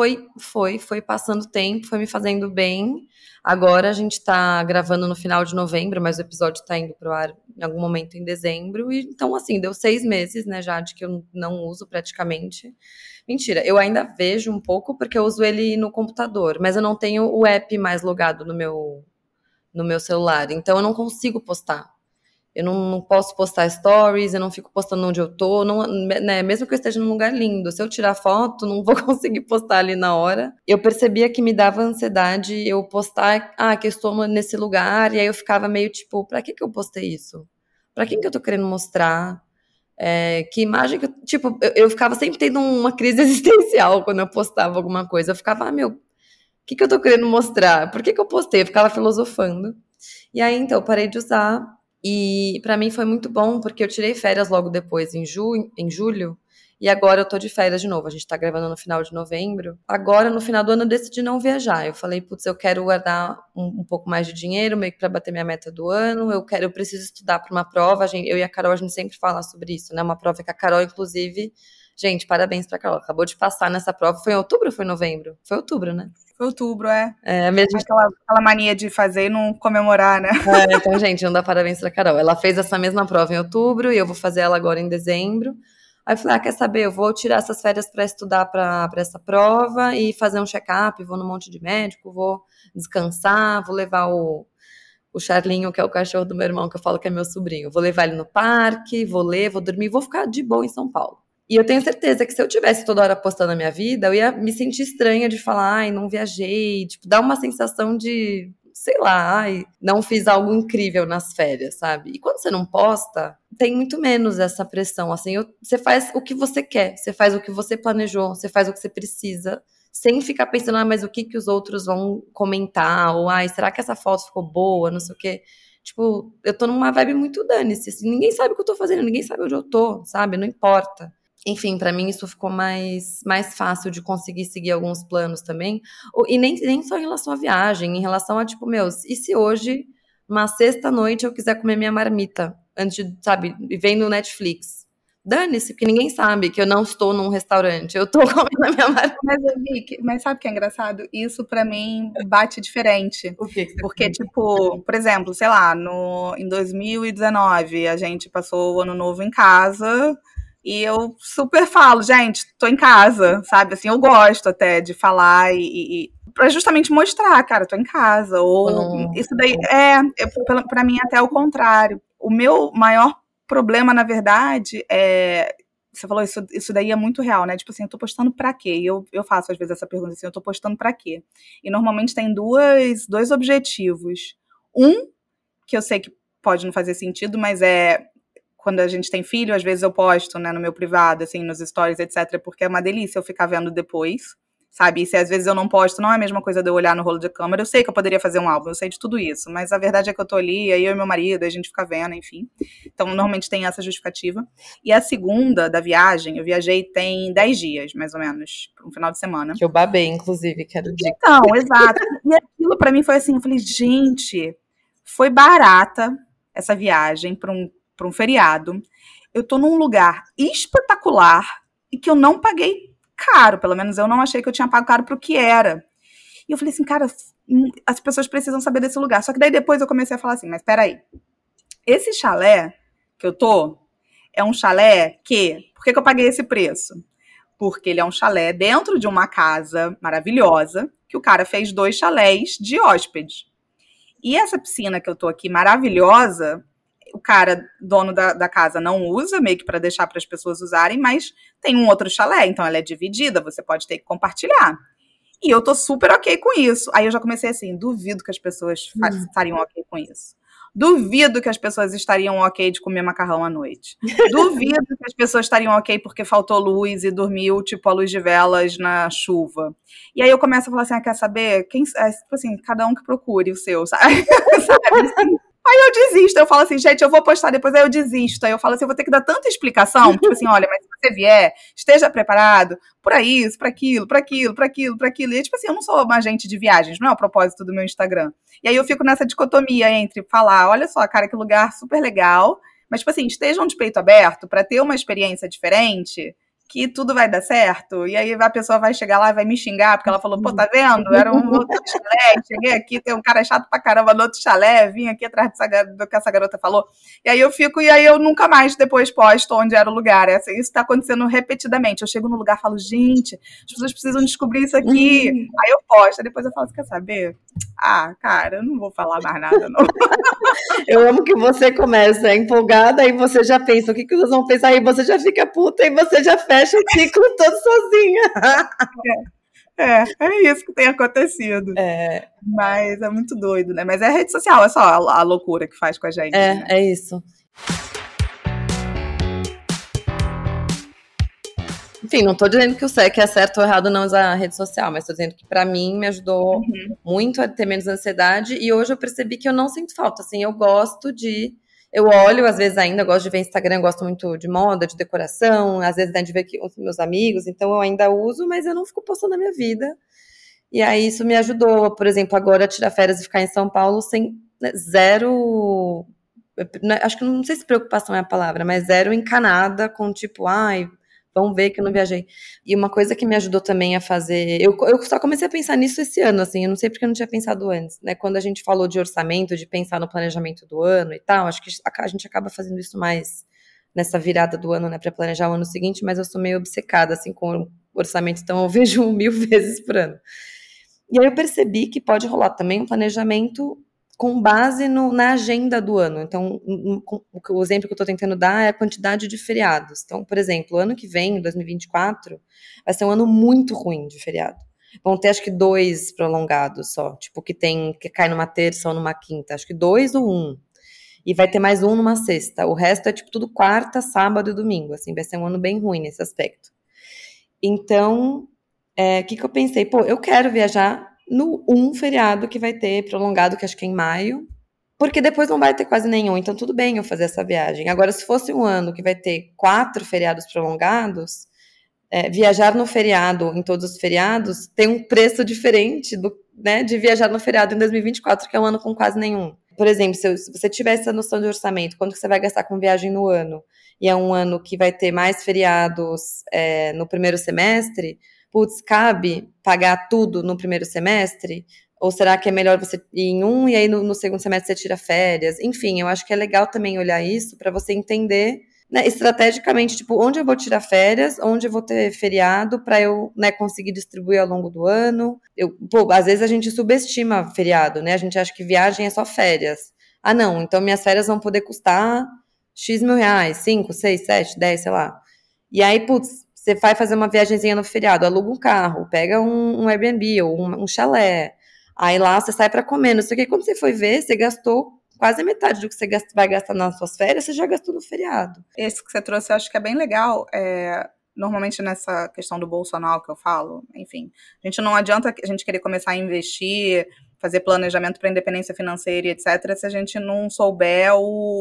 foi passando o tempo, foi me fazendo bem. Agora a gente tá gravando no final de novembro, mas o episódio tá indo pro ar em algum momento em dezembro. E então, assim, deu 6 meses, né, já, de que eu não uso praticamente. Mentira, eu ainda vejo um pouco porque eu uso ele no computador, mas eu não tenho o app mais logado no meu celular, então eu não consigo postar. Eu não posso postar stories, eu não fico postando onde eu tô, né, mesmo que eu esteja num lugar lindo. Se eu tirar foto, não vou conseguir postar ali na hora. Eu percebia que me dava ansiedade eu postar, que eu estou nesse lugar, e aí eu ficava meio tipo, pra que eu postei isso? Pra quem que eu tô querendo mostrar? Que imagem que eu... Tipo, eu ficava sempre tendo uma crise existencial quando eu postava alguma coisa. Eu ficava, meu, o que eu tô querendo mostrar? Por que eu postei? Eu ficava filosofando. E aí, então, eu parei de usar. E pra mim foi muito bom, porque eu tirei férias logo depois, em julho. E agora eu tô de férias de novo. A gente tá gravando no final de novembro. Agora, no final do ano, eu decidi não viajar. Eu falei, putz, eu quero guardar um pouco mais de dinheiro, meio que pra bater minha meta do ano. Eu preciso estudar pra uma prova. Eu e a Carol, a gente sempre fala sobre isso, né? Uma prova que a Carol, inclusive... Gente, parabéns pra Carol. Acabou de passar nessa prova. Foi em outubro ou foi em novembro? Foi outubro, né? Foi outubro, é. Mesmo... Aquela mania de fazer e não comemorar, né? Então, gente, não dá parabéns pra Carol. Ela fez essa mesma prova em outubro e eu vou fazer ela agora em dezembro. Aí eu falei, quer saber? Eu vou tirar essas férias para estudar para essa prova e fazer um check-up, vou num monte de médico, vou descansar, vou levar o Charlinho, que é o cachorro do meu irmão, que eu falo que é meu sobrinho. Vou levar ele no parque, vou ler, vou dormir, vou ficar de boa em São Paulo. E eu tenho certeza que se eu tivesse toda hora postando a minha vida, eu ia me sentir estranha de falar, ai, não viajei, tipo, dá uma sensação de, sei lá, ai, não fiz algo incrível nas férias, sabe? E quando você não posta, tem muito menos essa pressão, assim, você faz o que você quer, você faz o que você planejou, você faz o que você precisa, sem ficar pensando, mas o que os outros vão comentar, ou, ai, será que essa foto ficou boa, não sei o quê. Tipo, eu tô numa vibe muito dane-se, assim, ninguém sabe o que eu tô fazendo, ninguém sabe onde eu tô, sabe? Não importa. Enfim, pra mim isso ficou mais fácil de conseguir seguir alguns planos também. E nem só em relação à viagem, em relação a, tipo, e se hoje, uma sexta-noite, eu quiser comer minha marmita, antes de, sabe, vendo Netflix? Dane-se, porque ninguém sabe que eu não estou num restaurante, eu tô comendo a minha marmita. Mas sabe o que é engraçado? Isso pra mim bate diferente. O quê? Porque, tipo, por exemplo, sei lá, em 2019 a gente passou o ano novo em casa e eu super falo, gente, tô em casa, sabe? Assim, eu gosto até de falar pra justamente mostrar, cara, tô em casa. Ou isso daí pra mim até o contrário. O meu maior problema, na verdade, você falou, isso daí é muito real, né? Tipo assim, eu tô postando pra quê? E eu faço, às vezes, essa pergunta assim, eu tô postando pra quê? E normalmente tem dois objetivos. Um, que eu sei que pode não fazer sentido, mas quando a gente tem filho, às vezes eu posto, né, no meu privado, assim, nos stories, etc., porque é uma delícia eu ficar vendo depois, sabe? E se às vezes eu não posto, não é a mesma coisa de eu olhar no rolo de câmera. Eu sei que eu poderia fazer um álbum, eu sei de tudo isso, mas a verdade é que eu tô ali, aí eu e meu marido, a gente fica vendo, enfim. Então, normalmente tem essa justificativa. E a segunda, da viagem, eu viajei tem 10 dias, mais ou menos, um final de semana. Que eu babei, inclusive, quero dizer. Então, exato. E aquilo pra mim foi assim, eu falei, gente, foi barata essa viagem pra um feriado. Eu tô num lugar espetacular e que eu não paguei caro, pelo menos eu não achei que eu tinha pago caro pro que era. E eu falei assim, cara, as pessoas precisam saber desse lugar. Só que daí depois eu comecei a falar assim, mas peraí, esse chalé que eu tô é um chalé por que eu paguei esse preço? Porque ele é um chalé dentro de uma casa maravilhosa, que o cara fez 2 chalés de hóspedes. E essa piscina que eu tô aqui maravilhosa, o cara, dono da casa, não usa, meio que para deixar para as pessoas usarem, mas tem um outro chalé, então ela é dividida, você pode ter que compartilhar. E eu tô super ok com isso. Aí eu já comecei assim, duvido que as pessoas estariam ok com isso. Duvido que as pessoas estariam ok de comer macarrão à noite. Duvido que as pessoas estariam ok porque faltou luz e dormiu, tipo, a luz de velas na chuva. E aí eu começo a falar assim, quer saber? Tipo assim, cada um que procure o seu, sabe? Sabe? Assim. Aí eu desisto, eu falo assim, gente, eu vou postar depois, aí eu desisto. Aí eu falo assim, eu vou ter que dar tanta explicação, tipo assim, olha, mas se você vier, esteja preparado para isso, para aquilo, para aquilo, para aquilo, para aquilo. E tipo assim, eu não sou uma agente de viagens, não é o propósito do meu Instagram. E aí eu fico nessa dicotomia entre falar, olha só, cara, que lugar super legal, mas tipo assim, estejam de peito aberto para ter uma experiência diferente, que tudo vai dar certo, e aí a pessoa vai chegar lá e vai me xingar, porque ela falou, pô, tá vendo? Era um outro chalé, cheguei aqui, tem um cara chato pra caramba no outro chalé, vim aqui atrás do que essa garota falou, e aí eu nunca mais depois posto onde era o lugar, isso tá acontecendo repetidamente, eu chego no lugar e falo, gente, as pessoas precisam descobrir isso aqui, aí eu posto, aí depois eu falo, você quer saber? Cara, eu não vou falar mais nada, não. Eu amo que você começa empolgada e você já pensa o que eles vão pensar, e você já fica puta e você já fecha o ciclo todo sozinha. É isso que tem acontecido. Mas é muito doido, né? Mas é rede social, é só a loucura que faz com a gente. Né? É isso. Enfim, não tô dizendo que o que é certo ou errado não usar a rede social, mas tô dizendo que pra mim me ajudou muito a ter menos ansiedade, e hoje eu percebi que eu não sinto falta, assim, eu olho, às vezes ainda, gosto de ver Instagram, eu gosto muito de moda, de decoração, às vezes de ver os meus amigos, então eu ainda uso, mas eu não fico postando a minha vida. E aí isso me ajudou, por exemplo, agora a tirar férias e ficar em São Paulo sem zero, acho que não sei se preocupação é a palavra, mas zero encanada com tipo, ai, vamos ver que eu não viajei. E uma coisa que me ajudou também a fazer, eu só comecei a pensar nisso esse ano, assim, eu não sei porque eu não tinha pensado antes, né? Quando a gente falou de orçamento, de pensar no planejamento do ano e tal, acho que a gente acaba fazendo isso mais nessa virada do ano, né, para planejar o ano seguinte, mas eu sou meio obcecada, assim, com o orçamento, então eu vejo 1000 vezes por ano. E aí eu percebi que pode rolar também um planejamento com base na agenda do ano. Então, o exemplo que eu estou tentando dar é a quantidade de feriados. Então, por exemplo, o ano que vem, 2024, vai ser um ano muito ruim de feriado. Vão ter, acho que 2 prolongados só, tipo, que cai numa terça ou numa quinta. Acho que 2 ou 1. E vai ter mais um numa sexta. O resto é, tipo, tudo quarta, sábado e domingo. Assim, vai ser um ano bem ruim nesse aspecto. Então, que eu pensei? Pô, eu quero viajar no feriado que vai ter prolongado, que acho que é em maio, porque depois não vai ter quase nenhum, então tudo bem eu fazer essa viagem. Agora, se fosse um ano que vai ter 4 feriados prolongados, viajar no feriado, em todos os feriados, tem um preço diferente né, de viajar no feriado em 2024, que é um ano com quase nenhum. Por exemplo, se você tiver essa noção de orçamento, quanto que você vai gastar com viagem no ano, e é um ano que vai ter mais feriados no primeiro semestre, putz, cabe pagar tudo no primeiro semestre? Ou será que é melhor você ir em e aí no segundo semestre você tira férias? Enfim, eu acho que é legal também olhar isso para você entender, né, estrategicamente, tipo, onde eu vou tirar férias, onde eu vou ter feriado para eu, né, conseguir distribuir ao longo do ano. Às vezes a gente subestima feriado, né? A gente acha que viagem é só férias. Ah, não, então minhas férias vão poder custar X mil reais, 5, 6, 7, 10, sei lá. E aí, putz, você vai fazer uma viagemzinha no feriado, aluga um carro, pega um Airbnb ou um chalé. Aí lá você sai para comer, não sei o que. Quando você foi ver, você gastou quase a metade do que você vai gastar nas suas férias, você já gastou no feriado. Esse que você trouxe eu acho que é bem legal. Normalmente nessa questão do bolso anual que eu falo, enfim, a gente não adianta a gente querer começar a investir, fazer planejamento para independência financeira e etc., se a gente não souber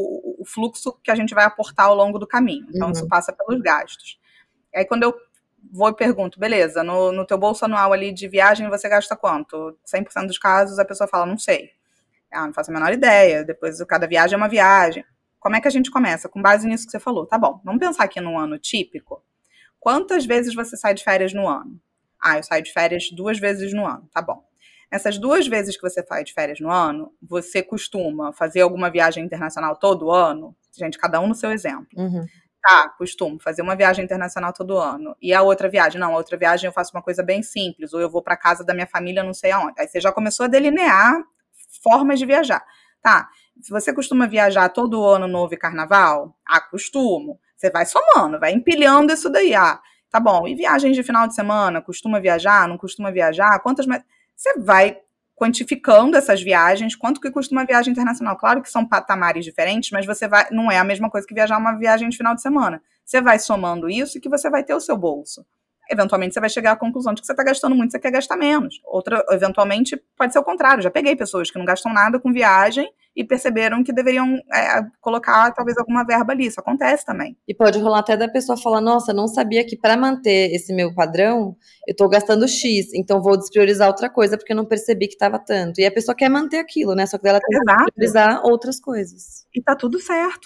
o fluxo que a gente vai aportar ao longo do caminho. Então, isso passa pelos gastos. Aí, quando eu vou e pergunto, beleza, no teu bolso anual ali de viagem, você gasta quanto? 100% dos casos, a pessoa fala, não sei. Não faço a menor ideia. Depois, cada viagem é uma viagem. Como é que a gente começa? Com base nisso que você falou. Tá bom, vamos pensar aqui num ano típico. Quantas vezes você sai de férias no ano? Eu saio de férias 2 vezes no ano. Tá bom. Essas 2 vezes que você sai de férias no ano, você costuma fazer alguma viagem internacional todo ano? Gente, cada um no seu exemplo. Tá, costumo fazer uma viagem internacional todo ano. E a outra viagem? Não, a outra viagem eu faço uma coisa bem simples. Ou eu vou para casa da minha família não sei aonde. Aí você já começou a delinear formas de viajar. Tá, se você costuma viajar todo ano novo e carnaval, costumo. Você vai somando, vai empilhando isso daí. Tá bom. E viagens de final de semana? Costuma viajar? Não costuma viajar? Quantas... Você vai quantificando essas viagens, quanto que custa uma viagem internacional. Claro que são patamares diferentes, mas você vai, não é a mesma coisa que viajar uma viagem de final de semana. Você vai somando isso e que você vai ter o seu bolso. Eventualmente você vai chegar à conclusão de que você está gastando muito, você quer gastar menos. Eventualmente, pode ser o contrário. Já peguei pessoas que não gastam nada com viagem e perceberam que deveriam colocar talvez alguma verba ali. Isso acontece também. E pode rolar até da pessoa falar, nossa, não sabia que para manter esse meu padrão, eu estou gastando X, então vou despriorizar outra coisa porque eu não percebi que estava tanto. E a pessoa quer manter aquilo, né? Só que ela tem que despriorizar outras coisas. E tá tudo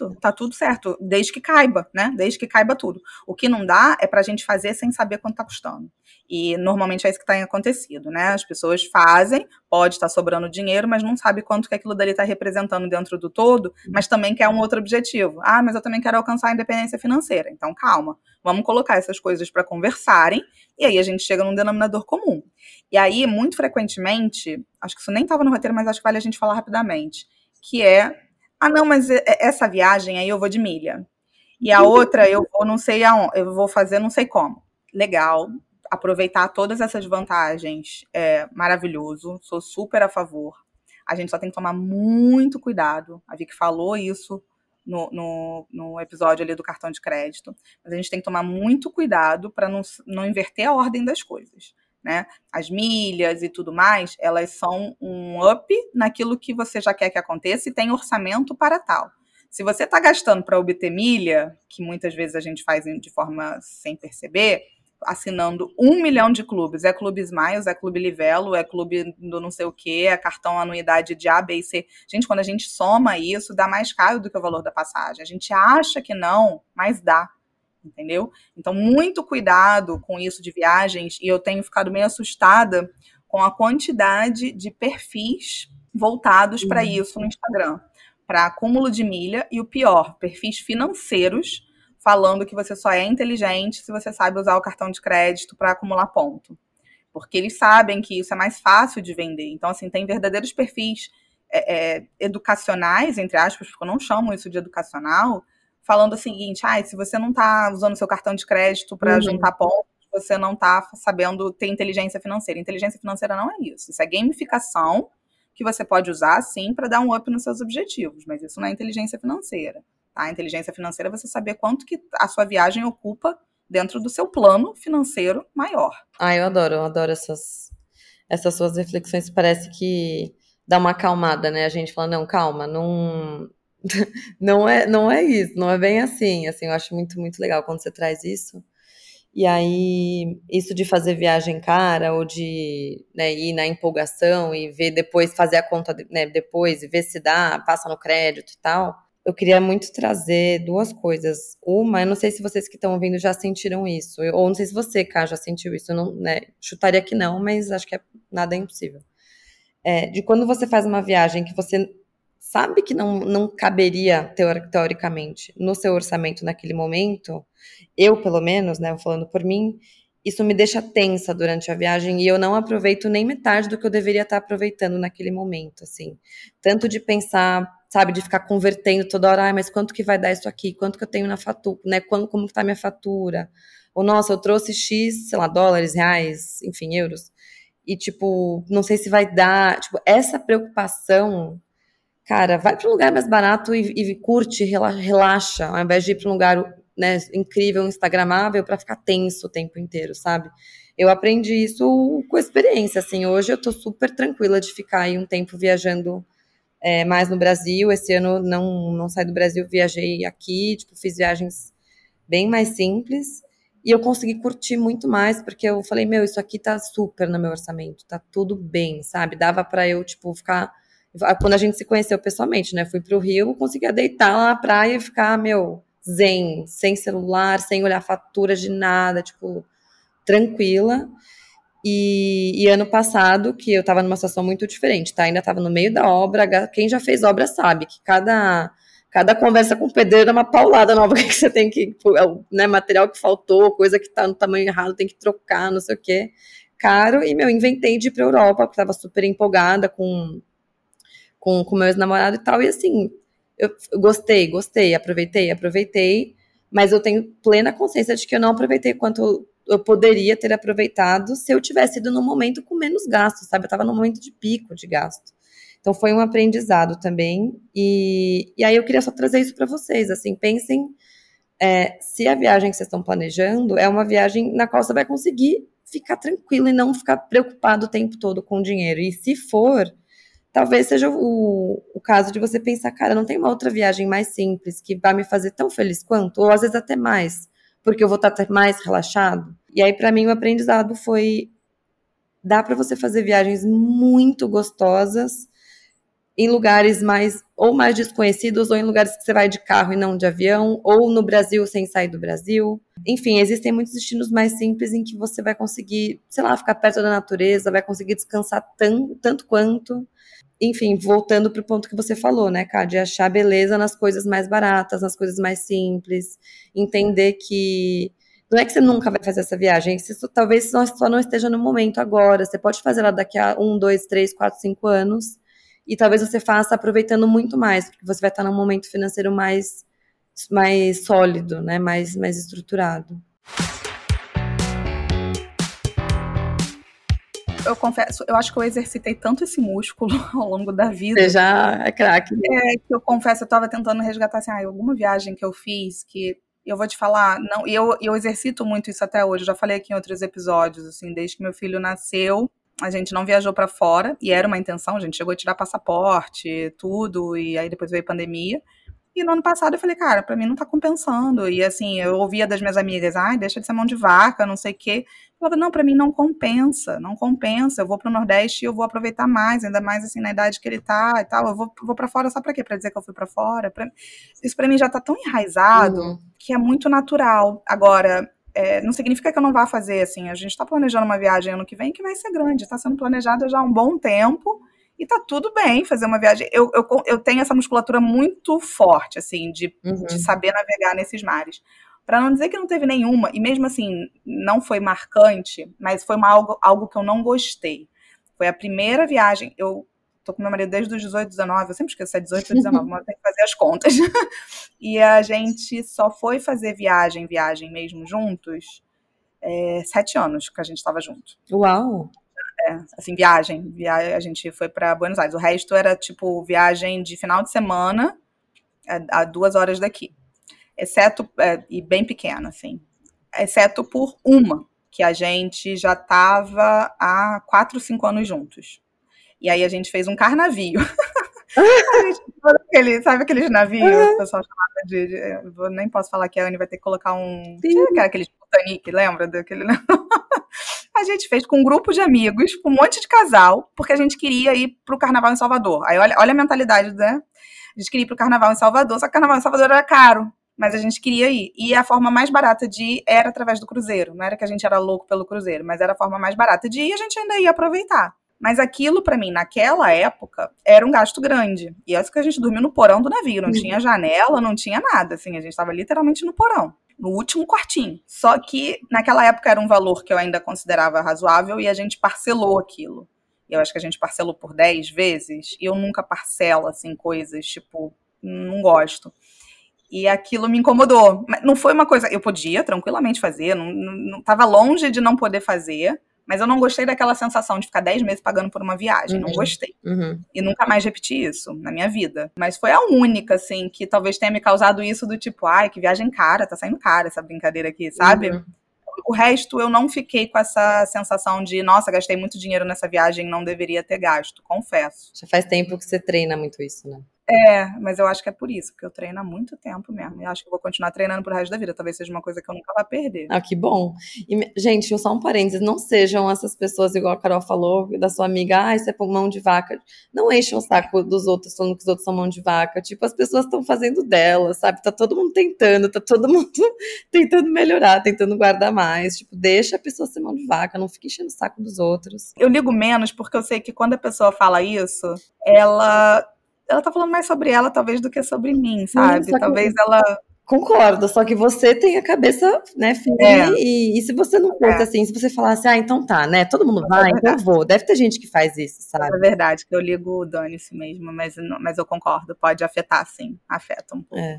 certo, desde que caiba, né? Desde que caiba tudo. O que não dá é pra gente fazer sem saber quanto tá custando. E normalmente é isso que tem acontecido, né? As pessoas fazem, pode estar sobrando dinheiro, mas não sabe quanto que aquilo dali tá representando dentro do todo, mas também quer um outro objetivo. Mas eu também quero alcançar a independência financeira. Então, calma, vamos colocar essas coisas para conversarem, e aí a gente chega num denominador comum. E aí, muito frequentemente, acho que isso nem estava no roteiro, mas acho que vale a gente falar rapidamente, que é não, mas essa viagem aí eu vou de milha. E a outra eu vou não sei aonde, eu vou fazer não sei como. Legal, aproveitar todas essas vantagens é maravilhoso, sou super a favor. A gente só tem que tomar muito cuidado. A Vicky falou isso no episódio ali do cartão de crédito, mas a gente tem que tomar muito cuidado para não inverter a ordem das coisas, né? As milhas e tudo mais, elas são um up naquilo que você já quer que aconteça e tem orçamento para tal. Se você está gastando para obter milha, que muitas vezes a gente faz de forma sem perceber, assinando 1 milhão de clubes, é Clube Smiles, é Clube Livelo, é Clube do não sei o quê, é cartão anuidade de A, B e C. Gente, quando a gente soma isso, dá mais caro do que o valor da passagem. A gente acha que não, mas dá, entendeu? Então, muito cuidado com isso de viagens, e eu tenho ficado meio assustada com a quantidade de perfis voltados para isso no Instagram, para acúmulo de milha, e o pior, perfis financeiros falando que você só é inteligente se você sabe usar o cartão de crédito para acumular ponto. Porque eles sabem que isso é mais fácil de vender. Então, assim, tem verdadeiros perfis educacionais, entre aspas, porque eu não chamo isso de educacional, falando o seguinte, se você não está usando seu cartão de crédito para juntar pontos, você não está sabendo ter inteligência financeira. Inteligência financeira não é isso. Isso é gamificação que você pode usar, sim, para dar um up nos seus objetivos, mas isso não é inteligência financeira. Tá? A inteligência financeira é você saber quanto que a sua viagem ocupa dentro do seu plano financeiro maior. Eu adoro essas suas reflexões. Parece que dá uma acalmada, né? A gente fala, não, calma, não é isso, não é bem assim. Eu acho muito, muito legal quando você traz isso. E aí, isso de fazer viagem cara, ou de, né, ir na empolgação e ver depois, fazer a conta, né, depois, e ver se dá, passa no crédito e tal. Eu queria muito trazer duas coisas. Uma, eu não sei se vocês que estão ouvindo já sentiram isso, ou não sei se você, Cá, já sentiu isso. Eu não, né, chutaria que não, mas acho que nada é impossível. De quando você faz uma viagem que você sabe que não caberia, teoricamente, no seu orçamento naquele momento, eu, pelo menos, né, falando por mim, isso me deixa tensa durante a viagem e eu não aproveito nem metade do que eu deveria estar aproveitando naquele momento, assim. Tanto de pensar, sabe, de ficar convertendo toda hora, mas quanto que vai dar isso aqui? Quanto que eu tenho na fatura, né? Como que tá a minha fatura? Ou, nossa, eu trouxe X, sei lá, dólares, reais, enfim, euros. E, tipo, não sei se vai dar. Tipo, essa preocupação, cara, vai para um lugar mais barato e curte, relaxa, ao invés de ir para um lugar, né, incrível, instagramável, para ficar tenso o tempo inteiro, sabe? Eu aprendi isso com experiência, assim. Hoje eu tô super tranquila de ficar aí um tempo viajando mais no Brasil. Esse ano não saí do Brasil, viajei aqui, tipo, fiz viagens bem mais simples. E eu consegui curtir muito mais, porque eu falei, isso aqui tá super no meu orçamento, tá tudo bem, sabe? Dava pra eu, tipo, ficar... Quando a gente se conheceu pessoalmente, né? Fui pro Rio, conseguia deitar lá na praia e ficar, zen, sem celular, sem olhar fatura de nada, tipo, tranquila. E ano passado, que eu tava numa situação muito diferente, tá? Ainda tava no meio da obra, quem já fez obra sabe que cada conversa com o pedreiro é uma paulada nova que você tem que, né, material que faltou, coisa que tá no tamanho errado, tem que trocar, não sei o quê. Caro, e, inventei de ir pra Europa, porque tava super empolgada com meu ex-namorado e tal, e assim, eu gostei, aproveitei, mas eu tenho plena consciência de que eu não aproveitei quanto eu poderia ter aproveitado se eu tivesse ido num momento com menos gasto, sabe? Eu tava num momento de pico de gasto. Então foi um aprendizado também, e aí eu queria só trazer isso para vocês, assim, pensem se a viagem que vocês estão planejando é uma viagem na qual você vai conseguir ficar tranquilo e não ficar preocupado o tempo todo com o dinheiro, e se for, talvez seja o caso de você pensar, cara, não tem uma outra viagem mais simples que vai me fazer tão feliz quanto, ou às vezes até mais, porque eu vou estar mais relaxado. E aí, para mim, o aprendizado foi, dá para você fazer viagens muito gostosas em lugares mais desconhecidos, ou em lugares que você vai de carro e não de avião, ou no Brasil sem sair do Brasil. Enfim, existem muitos destinos mais simples em que você vai conseguir, sei lá, ficar perto da natureza, vai conseguir descansar tanto quanto. Enfim, voltando para o ponto que você falou, né, Ká, de achar beleza nas coisas mais baratas, nas coisas mais simples, entender que não é que você nunca vai fazer essa viagem, que você talvez só não esteja no momento agora, você pode fazer ela daqui a 1, 2, 3, 4, 5 anos, e talvez você faça aproveitando muito mais, porque você vai estar num momento financeiro mais sólido, né, mais estruturado. Eu confesso, eu acho que eu exercitei tanto esse músculo ao longo da vida. Você já é craque. Que eu confesso, eu estava tentando resgatar, assim, alguma viagem que eu fiz que eu vou te falar, não, e eu exercito muito isso até hoje, eu já falei aqui em outros episódios, assim, desde que meu filho nasceu, a gente não viajou pra fora, e era uma intenção, a gente chegou a tirar passaporte, tudo, e aí depois veio a pandemia. E no ano passado eu falei, cara, pra mim não tá compensando. E assim, eu ouvia das minhas amigas, ai, deixa de ser mão de vaca, não sei o quê. Eu falava, não, pra mim não compensa, não compensa. Eu vou pro Nordeste e eu vou aproveitar mais, ainda mais assim na idade que ele tá e tal. Eu vou pra fora só pra quê? Pra dizer que eu fui pra fora? Isso pra mim já tá tão enraizado que é muito natural. Agora, não significa que eu não vá fazer, assim, a gente tá planejando uma viagem ano que vem que vai ser grande, tá sendo planejada já há um bom tempo. E tá tudo bem fazer uma viagem. Eu tenho essa musculatura muito forte, assim, de saber navegar nesses mares. Para não dizer que não teve nenhuma, e mesmo assim, não foi marcante, mas foi algo que eu não gostei. Foi a primeira viagem, eu tô com meu marido desde os 18, 19, eu sempre esqueço se é 18 ou 19, mas tem que fazer as contas. E a gente só foi fazer viagem mesmo juntos, 7 anos que a gente estava junto. Uau! Assim, viagem, a gente foi para Buenos Aires. O resto era, tipo, viagem de final de semana, a 2 horas daqui. Exceto, e bem pequena, assim. Exceto por uma, que a gente já estava há 4, 5 anos juntos. E aí a gente fez um carnavio. Sabe aqueles navios que o pessoal chamava eu nem posso falar que a Anne vai ter que colocar um... Tinha aquele Titanic, lembra daquele... A gente fez com um grupo de amigos, com um monte de casal, porque a gente queria ir pro carnaval em Salvador. Aí olha a mentalidade, né? A gente queria ir pro carnaval em Salvador, só que o carnaval em Salvador era caro, mas a gente queria ir. E a forma mais barata de ir era através do cruzeiro. Não era que a gente era louco pelo cruzeiro, mas era a forma mais barata de ir e a gente ainda ia aproveitar. Mas aquilo, pra mim, naquela época, era um gasto grande. E é isso que a gente dormiu no porão do navio. Não tinha janela, não tinha nada. Assim, a gente estava literalmente no porão. No último quartinho. Só que naquela época era um valor que eu ainda considerava razoável e a gente parcelou aquilo. Eu acho que a gente parcelou por 10 vezes e eu nunca parcelo, assim, coisas, tipo, não gosto. E aquilo me incomodou. Mas não foi uma coisa... Eu podia tranquilamente fazer, não tava longe de não poder fazer, mas eu não gostei daquela sensação de ficar 10 meses pagando por uma viagem. Não gostei. E nunca mais repeti isso na minha vida. Mas foi a única, assim, que talvez tenha me causado isso do tipo, ai, que viagem cara, tá saindo cara essa brincadeira aqui, sabe? O resto eu não fiquei com essa sensação de, nossa, gastei muito dinheiro nessa viagem, não deveria ter gasto, confesso. Já faz tempo que você treina muito isso, né? Mas eu acho que é por isso, porque eu treino há muito tempo mesmo. E acho que eu vou continuar treinando pro resto da vida. Talvez seja uma coisa que eu nunca vá perder. Ah, que bom. E, gente, só um parênteses, não sejam essas pessoas, igual a Carol falou, da sua amiga, você é mão de vaca. Não enchem o saco dos outros, falando que os outros são mão de vaca. Tipo, as pessoas estão fazendo delas, sabe? Tá todo mundo tentando, tá todo mundo tentando melhorar, tentando guardar mais. Tipo, deixa a pessoa ser mão de vaca, não fique enchendo o saco dos outros. Eu ligo menos porque eu sei que quando a pessoa fala isso, ela tá falando mais sobre ela, talvez, do que sobre mim, sabe? Talvez ela... Concordo, só que você tem a cabeça, né, firme, e se você não fosse assim, se você falasse, então tá, né, todo mundo vai, então eu vou. Deve ter gente que faz isso, sabe? É verdade, que eu ligo dane-se mesmo, mas eu concordo, pode afetar, sim, afeta um pouco.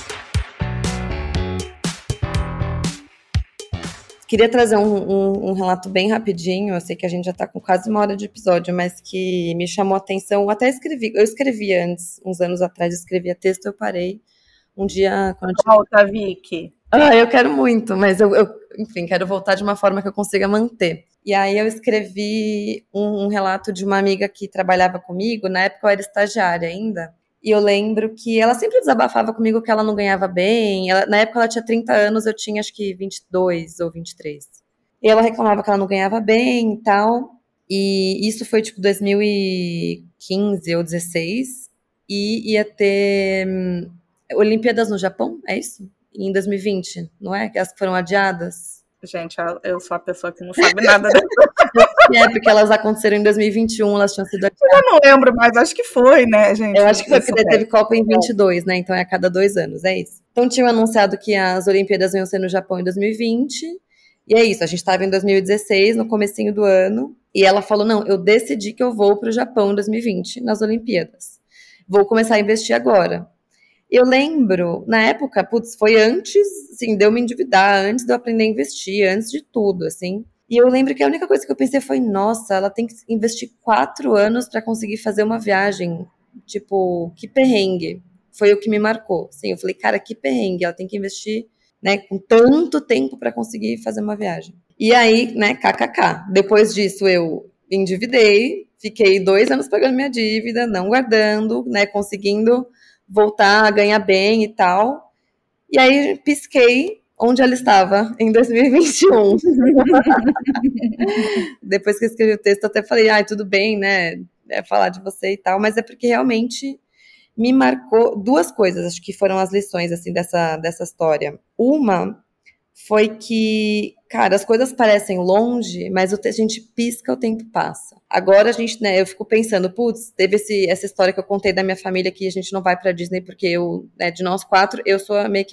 Queria trazer um relato bem rapidinho, eu sei que a gente já tá com quase 1 hora de episódio, mas que me chamou a atenção, eu escrevi antes, uns anos atrás, escrevia texto, eu parei um dia... Volta, Vicky. Eu quero muito, mas enfim, quero voltar de uma forma que eu consiga manter. E aí eu escrevi um relato de uma amiga que trabalhava comigo, na época eu era estagiária ainda, e eu lembro que ela sempre desabafava comigo que ela não ganhava bem. Na época ela tinha 30 anos, eu tinha acho que 22 ou 23. E ela reclamava que ela não ganhava bem e tal. E isso foi tipo 2015 ou 2016. E ia ter Olimpíadas no Japão, é isso? Em 2020, não é? Que elas foram adiadas. Gente, eu sou a pessoa que não sabe nada dessa. Porque elas aconteceram em 2021, elas tinham sido adiadas. Eu não lembro, mas acho que foi, né, gente? Eu acho que foi porque teve Copa em 22, né? Então é a cada 2 anos, é isso. Então tinham anunciado que as Olimpíadas iam ser no Japão em 2020. E é isso, a gente estava em 2016, no comecinho do ano. E ela falou, não, eu decidi que eu vou para o Japão em 2020, nas Olimpíadas. Vou começar a investir agora. Eu lembro, na época, foi antes, assim, de eu me endividar, antes de eu aprender a investir, antes de tudo, assim. E eu lembro que a única coisa que eu pensei foi, nossa, ela tem que investir 4 anos para conseguir fazer uma viagem. Tipo, que perrengue. Foi o que me marcou. Sim, eu falei, cara, que perrengue. Ela tem que investir, né, com tanto tempo para conseguir fazer uma viagem. E aí, né, kkk. Depois disso, eu endividei, fiquei 2 anos pagando minha dívida, não guardando, né, conseguindo voltar a ganhar bem e tal. E aí, pisquei onde ela estava em 2021. Depois que eu escrevi o texto, eu até falei, tudo bem, né, falar de você e tal, mas é porque realmente me marcou 2 coisas, acho que foram as lições, assim, dessa história. Uma foi que, cara, as coisas parecem longe, mas a gente pisca, o tempo passa. Agora a gente, né, eu fico pensando, putz, teve essa história que eu contei da minha família que a gente não vai pra Disney porque eu, né, de nós 4, eu sou meio que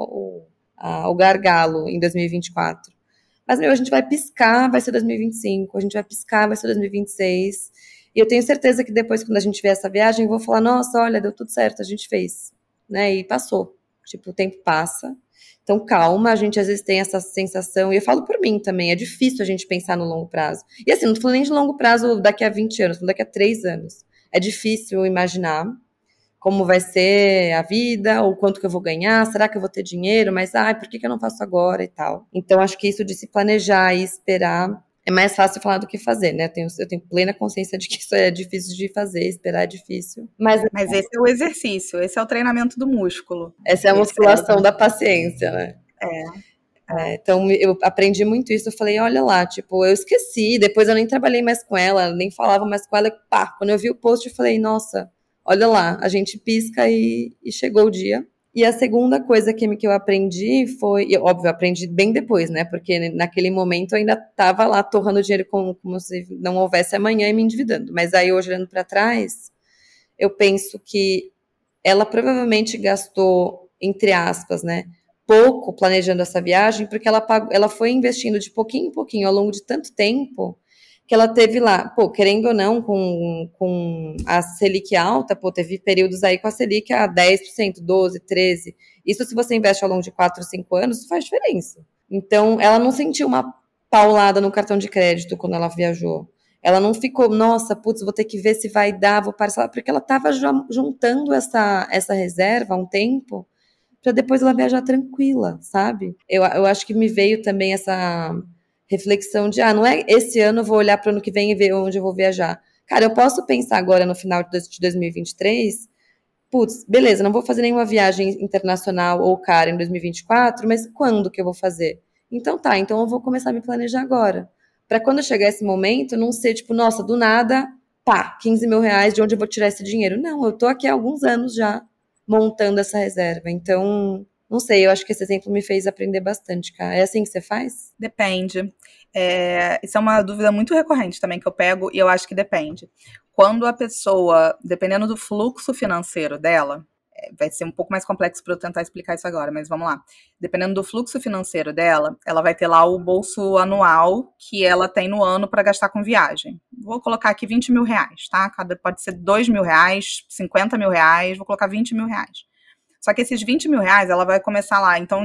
o gargalo em 2024. Mas, meu, a gente vai piscar, vai ser 2025, a gente vai piscar, vai ser 2026. E eu tenho certeza que depois, quando a gente ver essa viagem, eu vou falar, nossa, olha, deu tudo certo, a gente fez, né, e passou. Tipo, o tempo passa. Então, calma, a gente às vezes tem essa sensação, e eu falo por mim também, é difícil a gente pensar no longo prazo. E assim, não tô falando nem de longo prazo daqui a 20 anos, tô falando daqui a 3 anos. É difícil imaginar como vai ser a vida, ou quanto que eu vou ganhar, será que eu vou ter dinheiro, mas, por que eu não faço agora e tal. Então, acho que isso de se planejar e esperar é mais fácil falar do que fazer, né? Eu tenho plena consciência de que isso é difícil de fazer, esperar é difícil. Mas esse é o exercício, esse é o treinamento do músculo. essa é a Esse musculação da paciência, né? é, Então, eu aprendi muito isso. Eu falei, olha lá, tipo, eu esqueci. Depois eu nem trabalhei mais com ela, nem falava mais com ela. E pá, quando eu vi o post, eu falei, nossa, olha lá, a gente pisca e chegou o dia. E a segunda coisa que eu aprendi foi, e, óbvio, eu aprendi bem depois, né? Porque naquele momento eu ainda estava lá torrando dinheiro como se não houvesse amanhã e me endividando. Mas aí, hoje, olhando para trás, eu penso que ela provavelmente gastou, entre aspas, né, pouco planejando essa viagem, porque ela foi investindo de pouquinho em pouquinho ao longo de tanto tempo que ela teve lá, querendo ou não, com a Selic alta, teve períodos aí com a Selic a 10%, 12%, 13%. Isso, se você investe ao longo de 4, 5 anos, isso faz diferença. Então, ela não sentiu uma paulada no cartão de crédito quando ela viajou. Ela não ficou, nossa, putz, vou ter que ver se vai dar, vou parcelar, porque ela estava juntando essa reserva há um tempo para depois ela viajar tranquila, sabe? Eu acho que me veio também essa reflexão de, não é esse ano eu vou olhar para o ano que vem e ver onde eu vou viajar. Cara, eu posso pensar agora no final de 2023, putz, beleza, não vou fazer nenhuma viagem internacional ou cara em 2024, mas quando que eu vou fazer? Então tá, então eu vou começar a me planejar agora. Para quando chegar esse momento, não ser tipo, nossa, do nada, pá, 15 mil reais, de onde eu vou tirar esse dinheiro? Não, eu tô aqui há alguns anos já montando essa reserva. Então, não sei, eu acho que esse exemplo me fez aprender bastante, cara. É assim que você faz? depende. Isso é uma dúvida muito recorrente também que eu pego e eu acho que depende. Quando a pessoa, dependendo do fluxo financeiro dela, vai ser um pouco mais complexo para eu tentar explicar isso agora, mas vamos lá. Dependendo do fluxo financeiro dela, ela vai ter lá o bolso anual que ela tem no ano para gastar com viagem. Vou colocar aqui 20 mil reais, tá? Pode ser 2 mil reais, 50 mil reais, vou colocar 20 mil reais. Só que esses 20 mil reais, ela vai começar lá. Então, em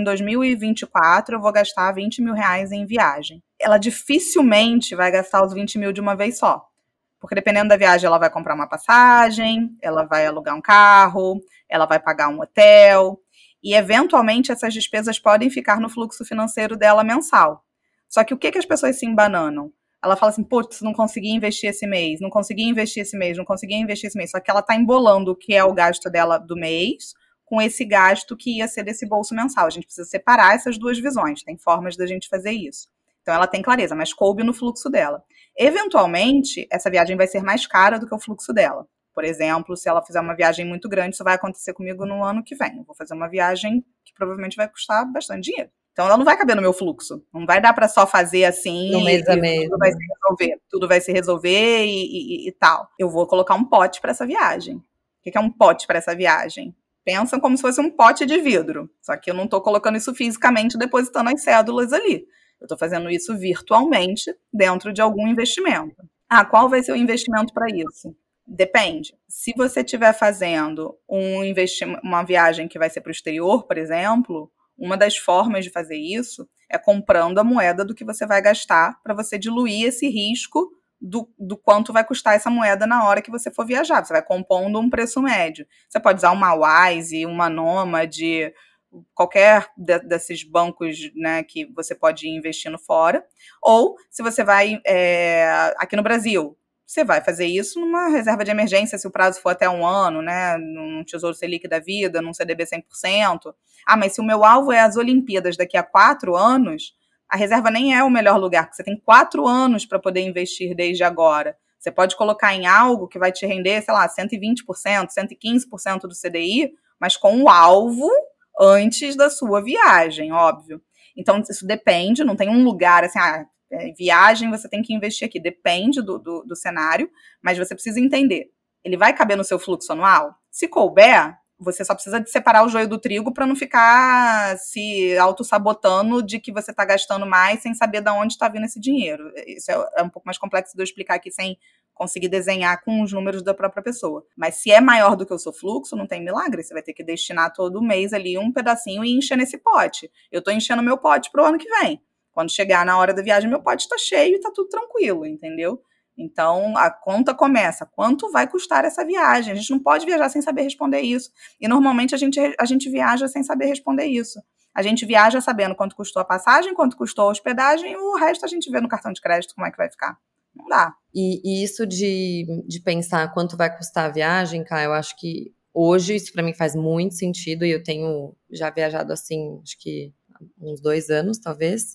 2024, eu vou gastar 20 mil reais em viagem. Ela dificilmente vai gastar os 20 mil de uma vez só. Porque dependendo da viagem, ela vai comprar uma passagem, ela vai alugar um carro, ela vai pagar um hotel. E, eventualmente, essas despesas podem ficar no fluxo financeiro dela mensal. Só que o que as pessoas se embananam? Ela fala assim, putz, não consegui investir esse mês, não consegui investir esse mês, não consegui investir esse mês. Só que ela está embolando o que é o gasto dela do mês com esse gasto que ia ser desse bolso mensal. A gente precisa separar essas duas visões, tem formas da gente fazer isso. Então ela tem clareza, mas coube no fluxo dela. Eventualmente, essa viagem vai ser mais cara do que o fluxo dela. Por exemplo, se ela fizer uma viagem muito grande, isso vai acontecer comigo no ano que vem. Eu vou fazer uma viagem que provavelmente vai custar bastante dinheiro. Então ela não vai caber no meu fluxo. Não vai dar para só fazer assim No mês a e mês. tudo vai se resolver. Tudo vai se resolver e tal. Eu vou colocar um pote para essa viagem. O que é um pote para essa viagem? Pensam como se fosse um pote de vidro. Só que eu não estou colocando isso fisicamente, depositando as cédulas ali. Eu estou fazendo isso virtualmente dentro de algum investimento. Qual vai ser o investimento para isso? Depende. Se você estiver fazendo uma viagem que vai ser para o exterior, por exemplo, Uma das formas de fazer isso é comprando a moeda do que você vai gastar para você diluir esse risco do quanto vai custar essa moeda na hora que você for viajar. Você vai compondo um preço médio. Você pode usar uma Wise, uma Nomad, qualquer desses bancos, né, que você pode ir investindo fora. Ou, se você vai aqui no Brasil, você vai fazer isso numa reserva de emergência, se o prazo for até 1 ano, né, num Tesouro Selic da vida, num CDB 100%. Mas se o meu alvo é as Olimpíadas daqui a 4 anos, a reserva nem é o melhor lugar, porque você tem 4 anos para poder investir desde agora. Você pode colocar em algo que vai te render, sei lá, 120%, 115% do CDI, mas com o alvo antes da sua viagem, óbvio. Então, isso depende, não tem um lugar assim, viagem você tem que investir aqui. Depende do cenário, mas você precisa entender. Ele vai caber no seu fluxo anual? Se couber, você só precisa de separar o joio do trigo para não ficar se auto-sabotando de que você está gastando mais sem saber de onde está vindo esse dinheiro. Isso é um pouco mais complexo de eu explicar aqui sem conseguir desenhar com os números da própria pessoa. Mas se é maior do que o seu fluxo, não tem milagre. Você vai ter que destinar todo mês ali um pedacinho e encher nesse pote. Eu estou enchendo meu pote para o ano que vem. Quando chegar na hora da viagem, meu pote está cheio e está tudo tranquilo, entendeu? Então, a conta começa. Quanto vai custar essa viagem? A gente não pode viajar sem saber responder isso. E, normalmente, a gente viaja sem saber responder isso. A gente viaja sabendo quanto custou a passagem, quanto custou a hospedagem, e o resto a gente vê no cartão de crédito como é que vai ficar. Não dá. E isso de pensar quanto vai custar a viagem, cara, eu acho que hoje isso para mim faz muito sentido. E eu tenho já viajado assim, acho que uns 2 anos, talvez.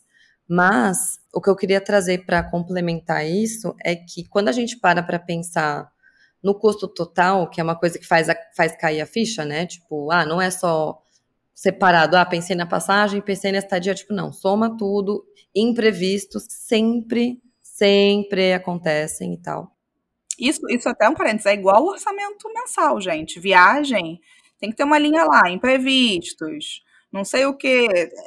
Mas o que eu queria trazer para complementar isso é que quando a gente para pensar no custo total, que é uma coisa que faz cair a ficha, né? Tipo, não é só separado, pensei na passagem, pensei na estadia, tipo, não, soma tudo, imprevistos sempre acontecem e tal. Isso até um parênteses, é igual o orçamento mensal, gente. Viagem tem que ter uma linha lá, imprevistos, não sei o quê.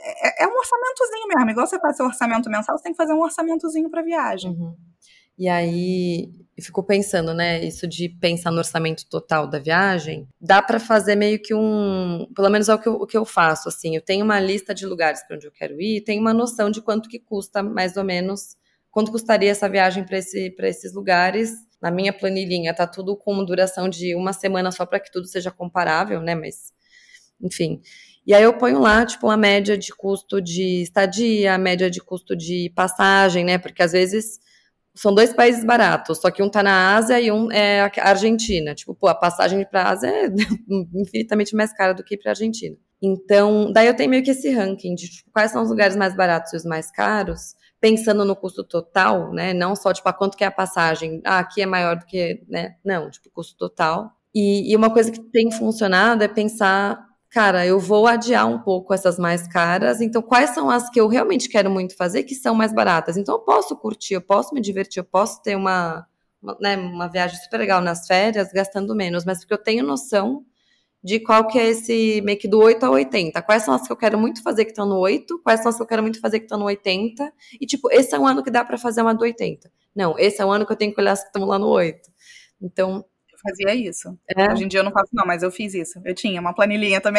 É um orçamentozinho mesmo. Igual você faz seu orçamento mensal, você tem que fazer um orçamentozinho para viagem. Uhum. E aí, eu fico pensando, né, isso de pensar no orçamento total da viagem, dá para fazer meio que pelo menos é o que eu faço, assim, eu tenho uma lista de lugares para onde eu quero ir, tenho uma noção de quanto que custa, mais ou menos, quanto custaria essa viagem para esses lugares. Na minha planilhinha tá tudo com duração de 1 semana só para que tudo seja comparável, né, mas, enfim. E aí eu ponho lá, tipo, a média de custo de estadia, a média de custo de passagem, né, porque às vezes são 2 países baratos, só que um tá na Ásia e um é a Argentina. Tipo, a passagem para a Ásia é infinitamente mais cara do que para a Argentina. Então, daí eu tenho meio que esse ranking de tipo, quais são os lugares mais baratos e os mais caros, pensando no custo total, né? Não só, tipo, quanto que é a passagem. Aqui é maior do que, né? Não, tipo, custo total. E uma coisa que tem funcionado é pensar, cara, eu vou adiar um pouco essas mais caras, então quais são as que eu realmente quero muito fazer que são mais baratas? Então eu posso curtir, eu posso me divertir, eu posso ter uma viagem super legal nas férias gastando menos, mas porque eu tenho noção de qual que é esse meio que do 8 a 80. Quais são as que eu quero muito fazer que estão no 8, quais são as que eu quero muito fazer que estão no 80, e tipo, esse é um ano que dá para fazer uma do 80. Não, esse é o ano que eu tenho que olhar as que estão lá no 8. Então, fazia isso. Hoje em dia eu não faço não, mas eu fiz isso. Eu tinha uma planilhinha também.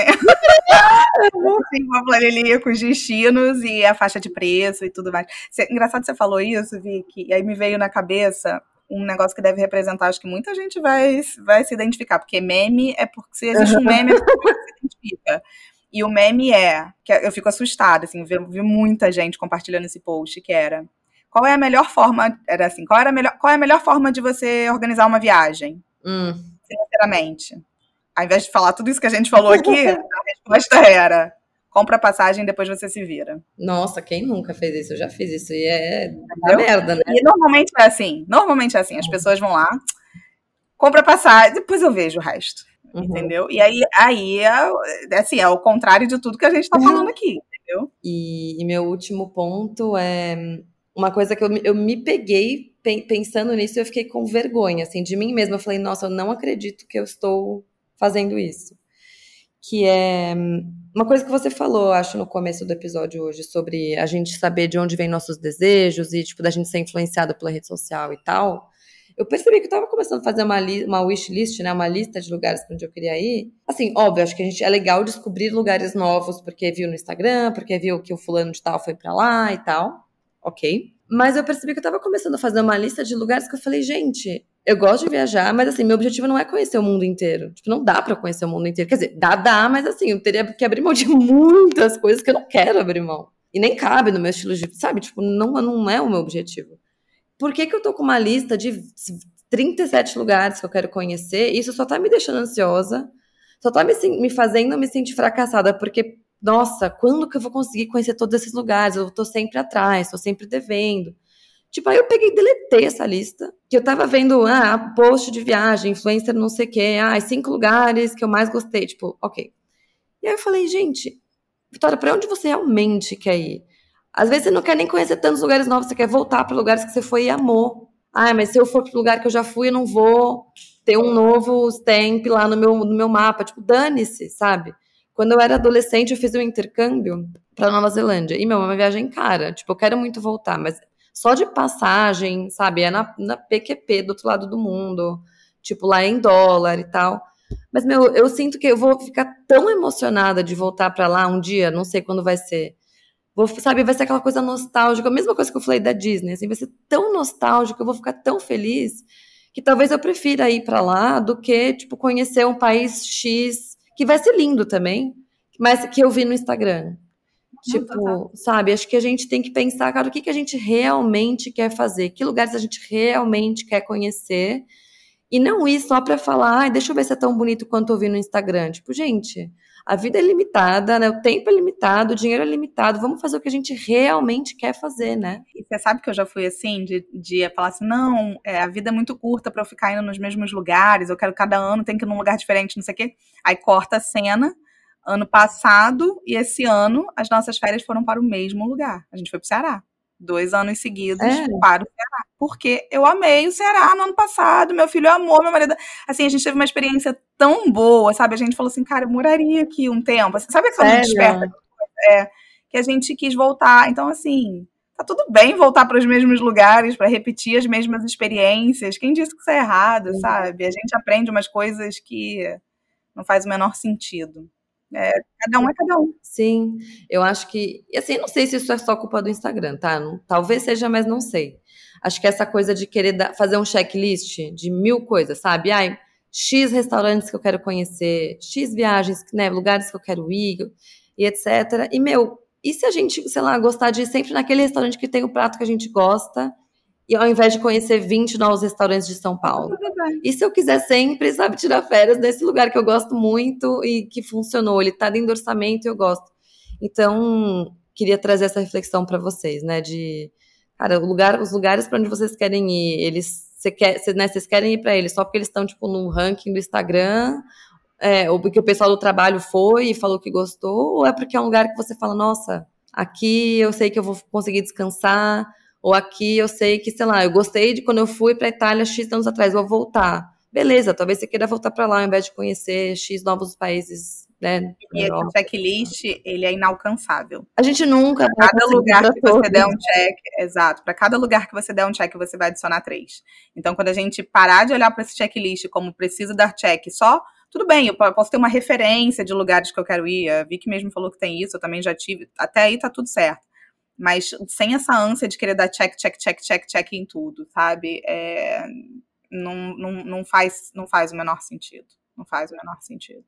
Uma planilhinha com os destinos e a faixa de preço e tudo mais. Engraçado que você falou isso, Vicky, e aí me veio na cabeça um negócio que deve representar, acho que muita gente vai se identificar, porque meme é porque se existe um meme é porque se identifica. E o meme que eu fico assustada, assim, vi muita gente compartilhando esse post, que era qual é a melhor forma, era assim, qual é a melhor forma de você organizar uma viagem? Financeiramente. Ao invés de falar tudo isso que a gente falou aqui, a resposta era: compra passagem e depois você se vira. Nossa, quem nunca fez isso? Eu já fiz isso e é da merda, né? E normalmente é assim, as pessoas vão lá, compra passagem, depois eu vejo o resto, entendeu? E aí assim, é o contrário de tudo que a gente tá falando aqui, entendeu? E meu último ponto é uma coisa que eu me peguei pensando nisso e eu fiquei com vergonha, assim, de mim mesma. Eu falei, nossa, eu não acredito que eu estou fazendo isso. Que é uma coisa que você falou, acho, no começo do episódio hoje, sobre a gente saber de onde vem nossos desejos e, tipo, da gente ser influenciado pela rede social e tal. eu percebi que eu tava começando a fazer uma wishlist, né, uma lista de lugares pra onde eu queria ir. Assim, óbvio, acho que é legal descobrir lugares novos, porque viu no Instagram, porque viu que o fulano de tal foi pra lá e tal. Ok. Mas eu percebi que eu tava começando a fazer uma lista de lugares que eu falei, gente, eu gosto de viajar, mas assim, meu objetivo não é conhecer o mundo inteiro. Tipo, não dá pra conhecer o mundo inteiro. Quer dizer, dá, mas assim, eu teria que abrir mão de muitas coisas que eu não quero abrir mão. E nem cabe no meu estilo de, sabe? Tipo, não é o meu objetivo. Por que eu tô com uma lista de 37 lugares que eu quero conhecer? Isso só tá me deixando ansiosa, só tá me fazendo me sentir fracassada, porque, nossa, quando que eu vou conseguir conhecer todos esses lugares? Eu tô sempre atrás, tô sempre devendo. Tipo, aí eu peguei e deletei essa lista, que eu tava vendo, post de viagem, influencer não sei o quê, 5 lugares que eu mais gostei, tipo, ok. E aí eu falei, gente, Vitória, pra onde você realmente quer ir? Às vezes você não quer nem conhecer tantos lugares novos, você quer voltar para lugares que você foi e amou. Mas se eu for para o lugar que eu já fui, eu não vou ter um novo stamp lá no meu mapa. Tipo, dane-se, sabe? Quando eu era adolescente, eu fiz um intercâmbio para Nova Zelândia. E, é uma viagem cara. Tipo, eu quero muito voltar, mas só de passagem, sabe? É na PQP, do outro lado do mundo. Tipo, lá em dólar e tal. Mas, eu sinto que eu vou ficar tão emocionada de voltar para lá um dia, não sei quando vai ser. Sabe, vai ser aquela coisa nostálgica, a mesma coisa que eu falei da Disney, assim, vai ser tão nostálgico, eu vou ficar tão feliz, que talvez eu prefira ir pra lá do que, tipo, conhecer um país X, que vai ser lindo também, mas que eu vi no Instagram. Tipo, sabe, acho que a gente tem que pensar, cara, o que a gente realmente quer fazer, que lugares a gente realmente quer conhecer, e não ir só pra falar, deixa eu ver se é tão bonito quanto eu vi no Instagram. Tipo, gente, a vida é limitada, né? O tempo é limitado, o dinheiro é limitado. Vamos fazer o que a gente realmente quer fazer, né? E você sabe que eu já fui assim, de falar assim, não, a vida é muito curta pra eu ficar indo nos mesmos lugares, eu quero cada ano, tem que ir num lugar diferente, não sei o quê. Aí corta a cena, ano passado, e esse ano as nossas férias foram para o mesmo lugar. A gente foi pro Ceará. 2 anos seguidos para o Ceará. Porque eu amei o Ceará no ano passado, meu filho amou, meu marido. Assim, a gente teve uma experiência tão boa, sabe? A gente falou assim, cara, eu moraria aqui um tempo. Assim, sabe quando desperta? Que a gente quis voltar. Então, assim, tá tudo bem voltar para os mesmos lugares, para repetir as mesmas experiências. Quem disse que isso é errado, sabe? A gente aprende umas coisas que não faz o menor sentido. Cada um é cada um. Sim, eu acho que, assim, não sei se isso é só culpa do Instagram, tá? Talvez seja, mas não sei. Acho que essa coisa de querer fazer um checklist de 1000 coisas, sabe? X restaurantes que eu quero conhecer, X viagens, né, lugares que eu quero ir, e etc. E, e se a gente, sei lá, gostar de ir sempre naquele restaurante que tem o prato que a gente gosta, e ao invés de conhecer 20 novos restaurantes de São Paulo? E se eu quiser sempre, sabe, tirar férias nesse lugar que eu gosto muito e que funcionou, ele tá dentro do orçamento e eu gosto. Então, queria trazer essa reflexão para vocês, né, de, cara, os lugares para onde vocês querem ir, vocês querem ir para eles só porque eles estão, tipo, no ranking do Instagram, ou porque o pessoal do trabalho foi e falou que gostou, ou é porque é um lugar que você fala, nossa, aqui eu sei que eu vou conseguir descansar, ou aqui eu sei que, sei lá, eu gostei de quando eu fui para a Itália X anos atrás, vou voltar. Beleza, talvez você queira voltar para lá ao invés de conhecer X novos países, né? E esse checklist, ele é inalcançável. A gente nunca vai cada lugar que você der um check, exato, para cada lugar que você der um check, você vai adicionar 3. Então, quando a gente parar de olhar para esse checklist como preciso dar check só, tudo bem, eu posso ter uma referência de lugares que eu quero ir, a Vicky mesmo falou que tem isso, eu também já tive, até aí tá tudo certo. Mas sem essa ânsia de querer dar check em tudo, sabe? Não faz o menor sentido. Não faz o menor sentido.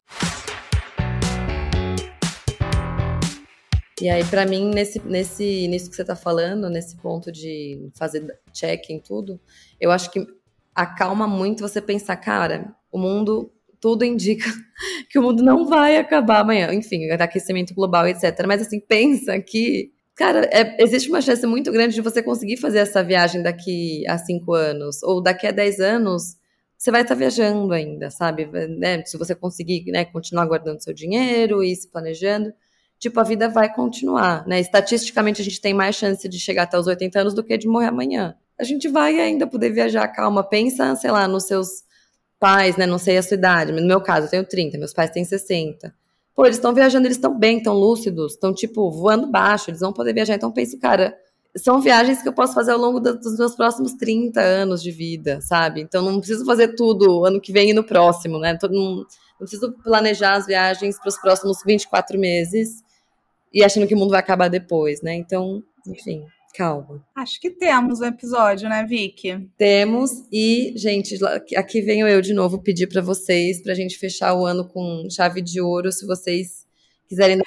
E aí, pra mim, nisso que você tá falando, nesse ponto de fazer check em tudo, eu acho que acalma muito você pensar, cara, o mundo, tudo indica que o mundo não vai acabar amanhã. Enfim, aquecimento global, etc. Mas assim, pensa que, cara, existe uma chance muito grande de você conseguir fazer essa viagem daqui a 5 anos, ou daqui a 10 anos, você vai estar viajando ainda, sabe? Né? Se você conseguir, né, continuar guardando seu dinheiro e se planejando, tipo, a vida vai continuar, né? Estatisticamente, a gente tem mais chance de chegar até os 80 anos do que de morrer amanhã. A gente vai ainda poder viajar, calma. Pensa, sei lá, nos seus pais, né? Não sei a sua idade, mas no meu caso, eu tenho 30, meus pais têm 60. Pô, eles estão viajando, eles estão bem, estão lúcidos, estão, tipo, voando baixo, eles vão poder viajar. Então, penso, cara, são viagens que eu posso fazer ao longo dos meus próximos 30 anos de vida, sabe? Então não preciso fazer tudo ano que vem e no próximo, né? Não preciso planejar as viagens para os próximos 24 meses e achando que o mundo vai acabar depois, né? Então, enfim, calma. Acho que temos um episódio, né, Vicky? Temos, e, gente, aqui venho eu de novo pedir para vocês, pra gente fechar o ano com chave de ouro, se vocês quiserem...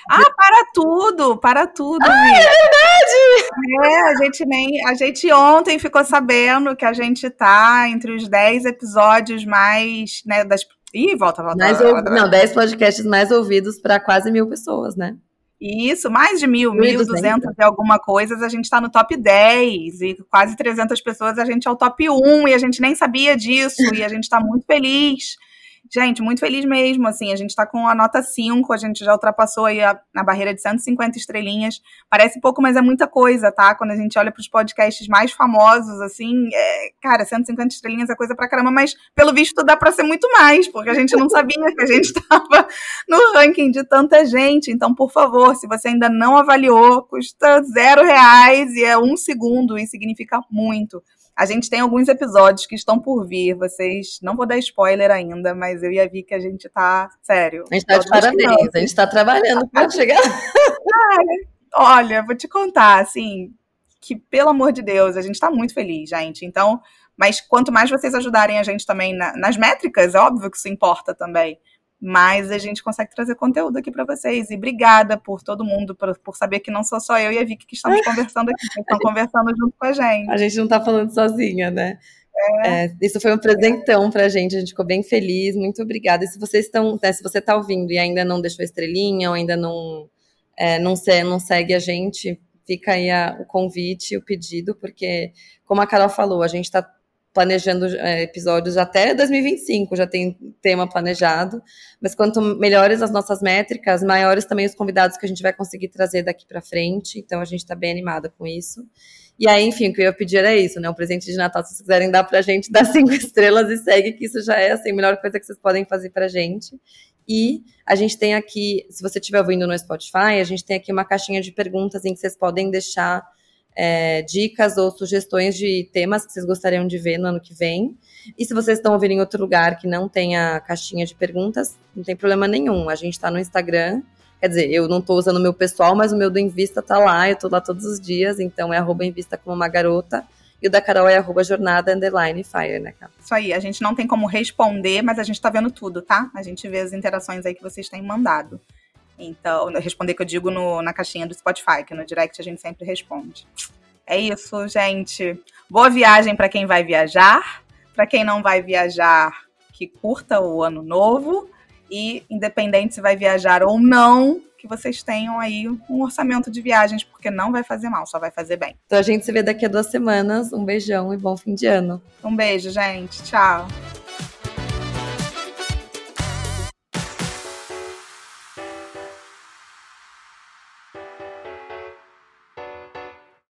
Para tudo, Vicky. É verdade! A gente ontem ficou sabendo que a gente tá entre os 10 episódios mais, né, volta. 10 podcasts mais ouvidos para quase 1.000 pessoas, né? Isso, mais de 1.200 e alguma coisa, a gente está no top 10 e quase 300 pessoas, a gente é o top 1 e a gente nem sabia disso e a gente está muito feliz. Gente, muito feliz mesmo, assim, a gente tá com a nota 5, a gente já ultrapassou aí a barreira de 150 estrelinhas, parece pouco, mas é muita coisa, tá? Quando a gente olha pros podcasts mais famosos, assim, cara, 150 estrelinhas é coisa pra caramba, mas pelo visto dá pra ser muito mais, porque a gente não sabia que a gente tava no ranking de tanta gente, então, por favor, se você ainda não avaliou, custa R$0 e é 1 segundo e significa muito. A gente tem alguns episódios que estão por vir, vocês... Não vou dar spoiler ainda, mas eu e a Vicky, a gente tá... Sério. A gente tá de parabéns, a gente tá trabalhando pra chegar... Olha, vou te contar, assim, que pelo amor de Deus, a gente tá muito feliz, gente. Então, mas quanto mais vocês ajudarem a gente também nas métricas, é óbvio que isso importa também. Mas a gente consegue trazer conteúdo aqui para vocês. E obrigada por todo mundo, por saber que não sou só eu e a Vicky que estamos conversando aqui, que estão conversando junto com a gente. A gente não tá falando sozinha, né? Isso foi um presentão pra gente, a gente ficou bem feliz, muito obrigada. E se vocês estão, né, se você tá ouvindo e ainda não deixou a estrelinha, ou ainda não segue a gente, fica aí o convite, o pedido, porque, como a Carol falou, a gente tá planejando episódios até 2025, já tem tema planejado, mas quanto melhores as nossas métricas, maiores também os convidados que a gente vai conseguir trazer daqui para frente, então a gente está bem animada com isso. E aí, enfim, o que eu ia pedir era isso, né, um presente de Natal, se vocês quiserem dar pra gente, dá 5 estrelas e segue, que isso já é assim, a melhor coisa que vocês podem fazer pra gente. E a gente tem aqui, se você estiver ouvindo no Spotify, a gente tem aqui uma caixinha de perguntas em que vocês podem deixar dicas ou sugestões de temas que vocês gostariam de ver no ano que vem. E se vocês estão ouvindo em outro lugar que não tem a caixinha de perguntas, não tem problema nenhum. A gente está no Instagram, quer dizer, eu não estou usando o meu pessoal, mas o meu do Invista tá lá, eu estou lá todos os dias, então é @invista como uma garota. E o da Carol é @jornada_fire, né, Carol? Isso aí, a gente não tem como responder, mas a gente tá vendo tudo, tá? A gente vê as interações aí que vocês têm mandado. Então, responder que eu digo na caixinha do Spotify, que no direct a gente sempre responde. É isso, gente. Boa viagem para quem vai viajar. Para quem não vai viajar, que curta o ano novo. E, independente se vai viajar ou não, que vocês tenham aí um orçamento de viagens, porque não vai fazer mal, só vai fazer bem. Então a gente se vê daqui a 2 semanas. Um beijão e bom fim de ano. Um beijo, gente. Tchau.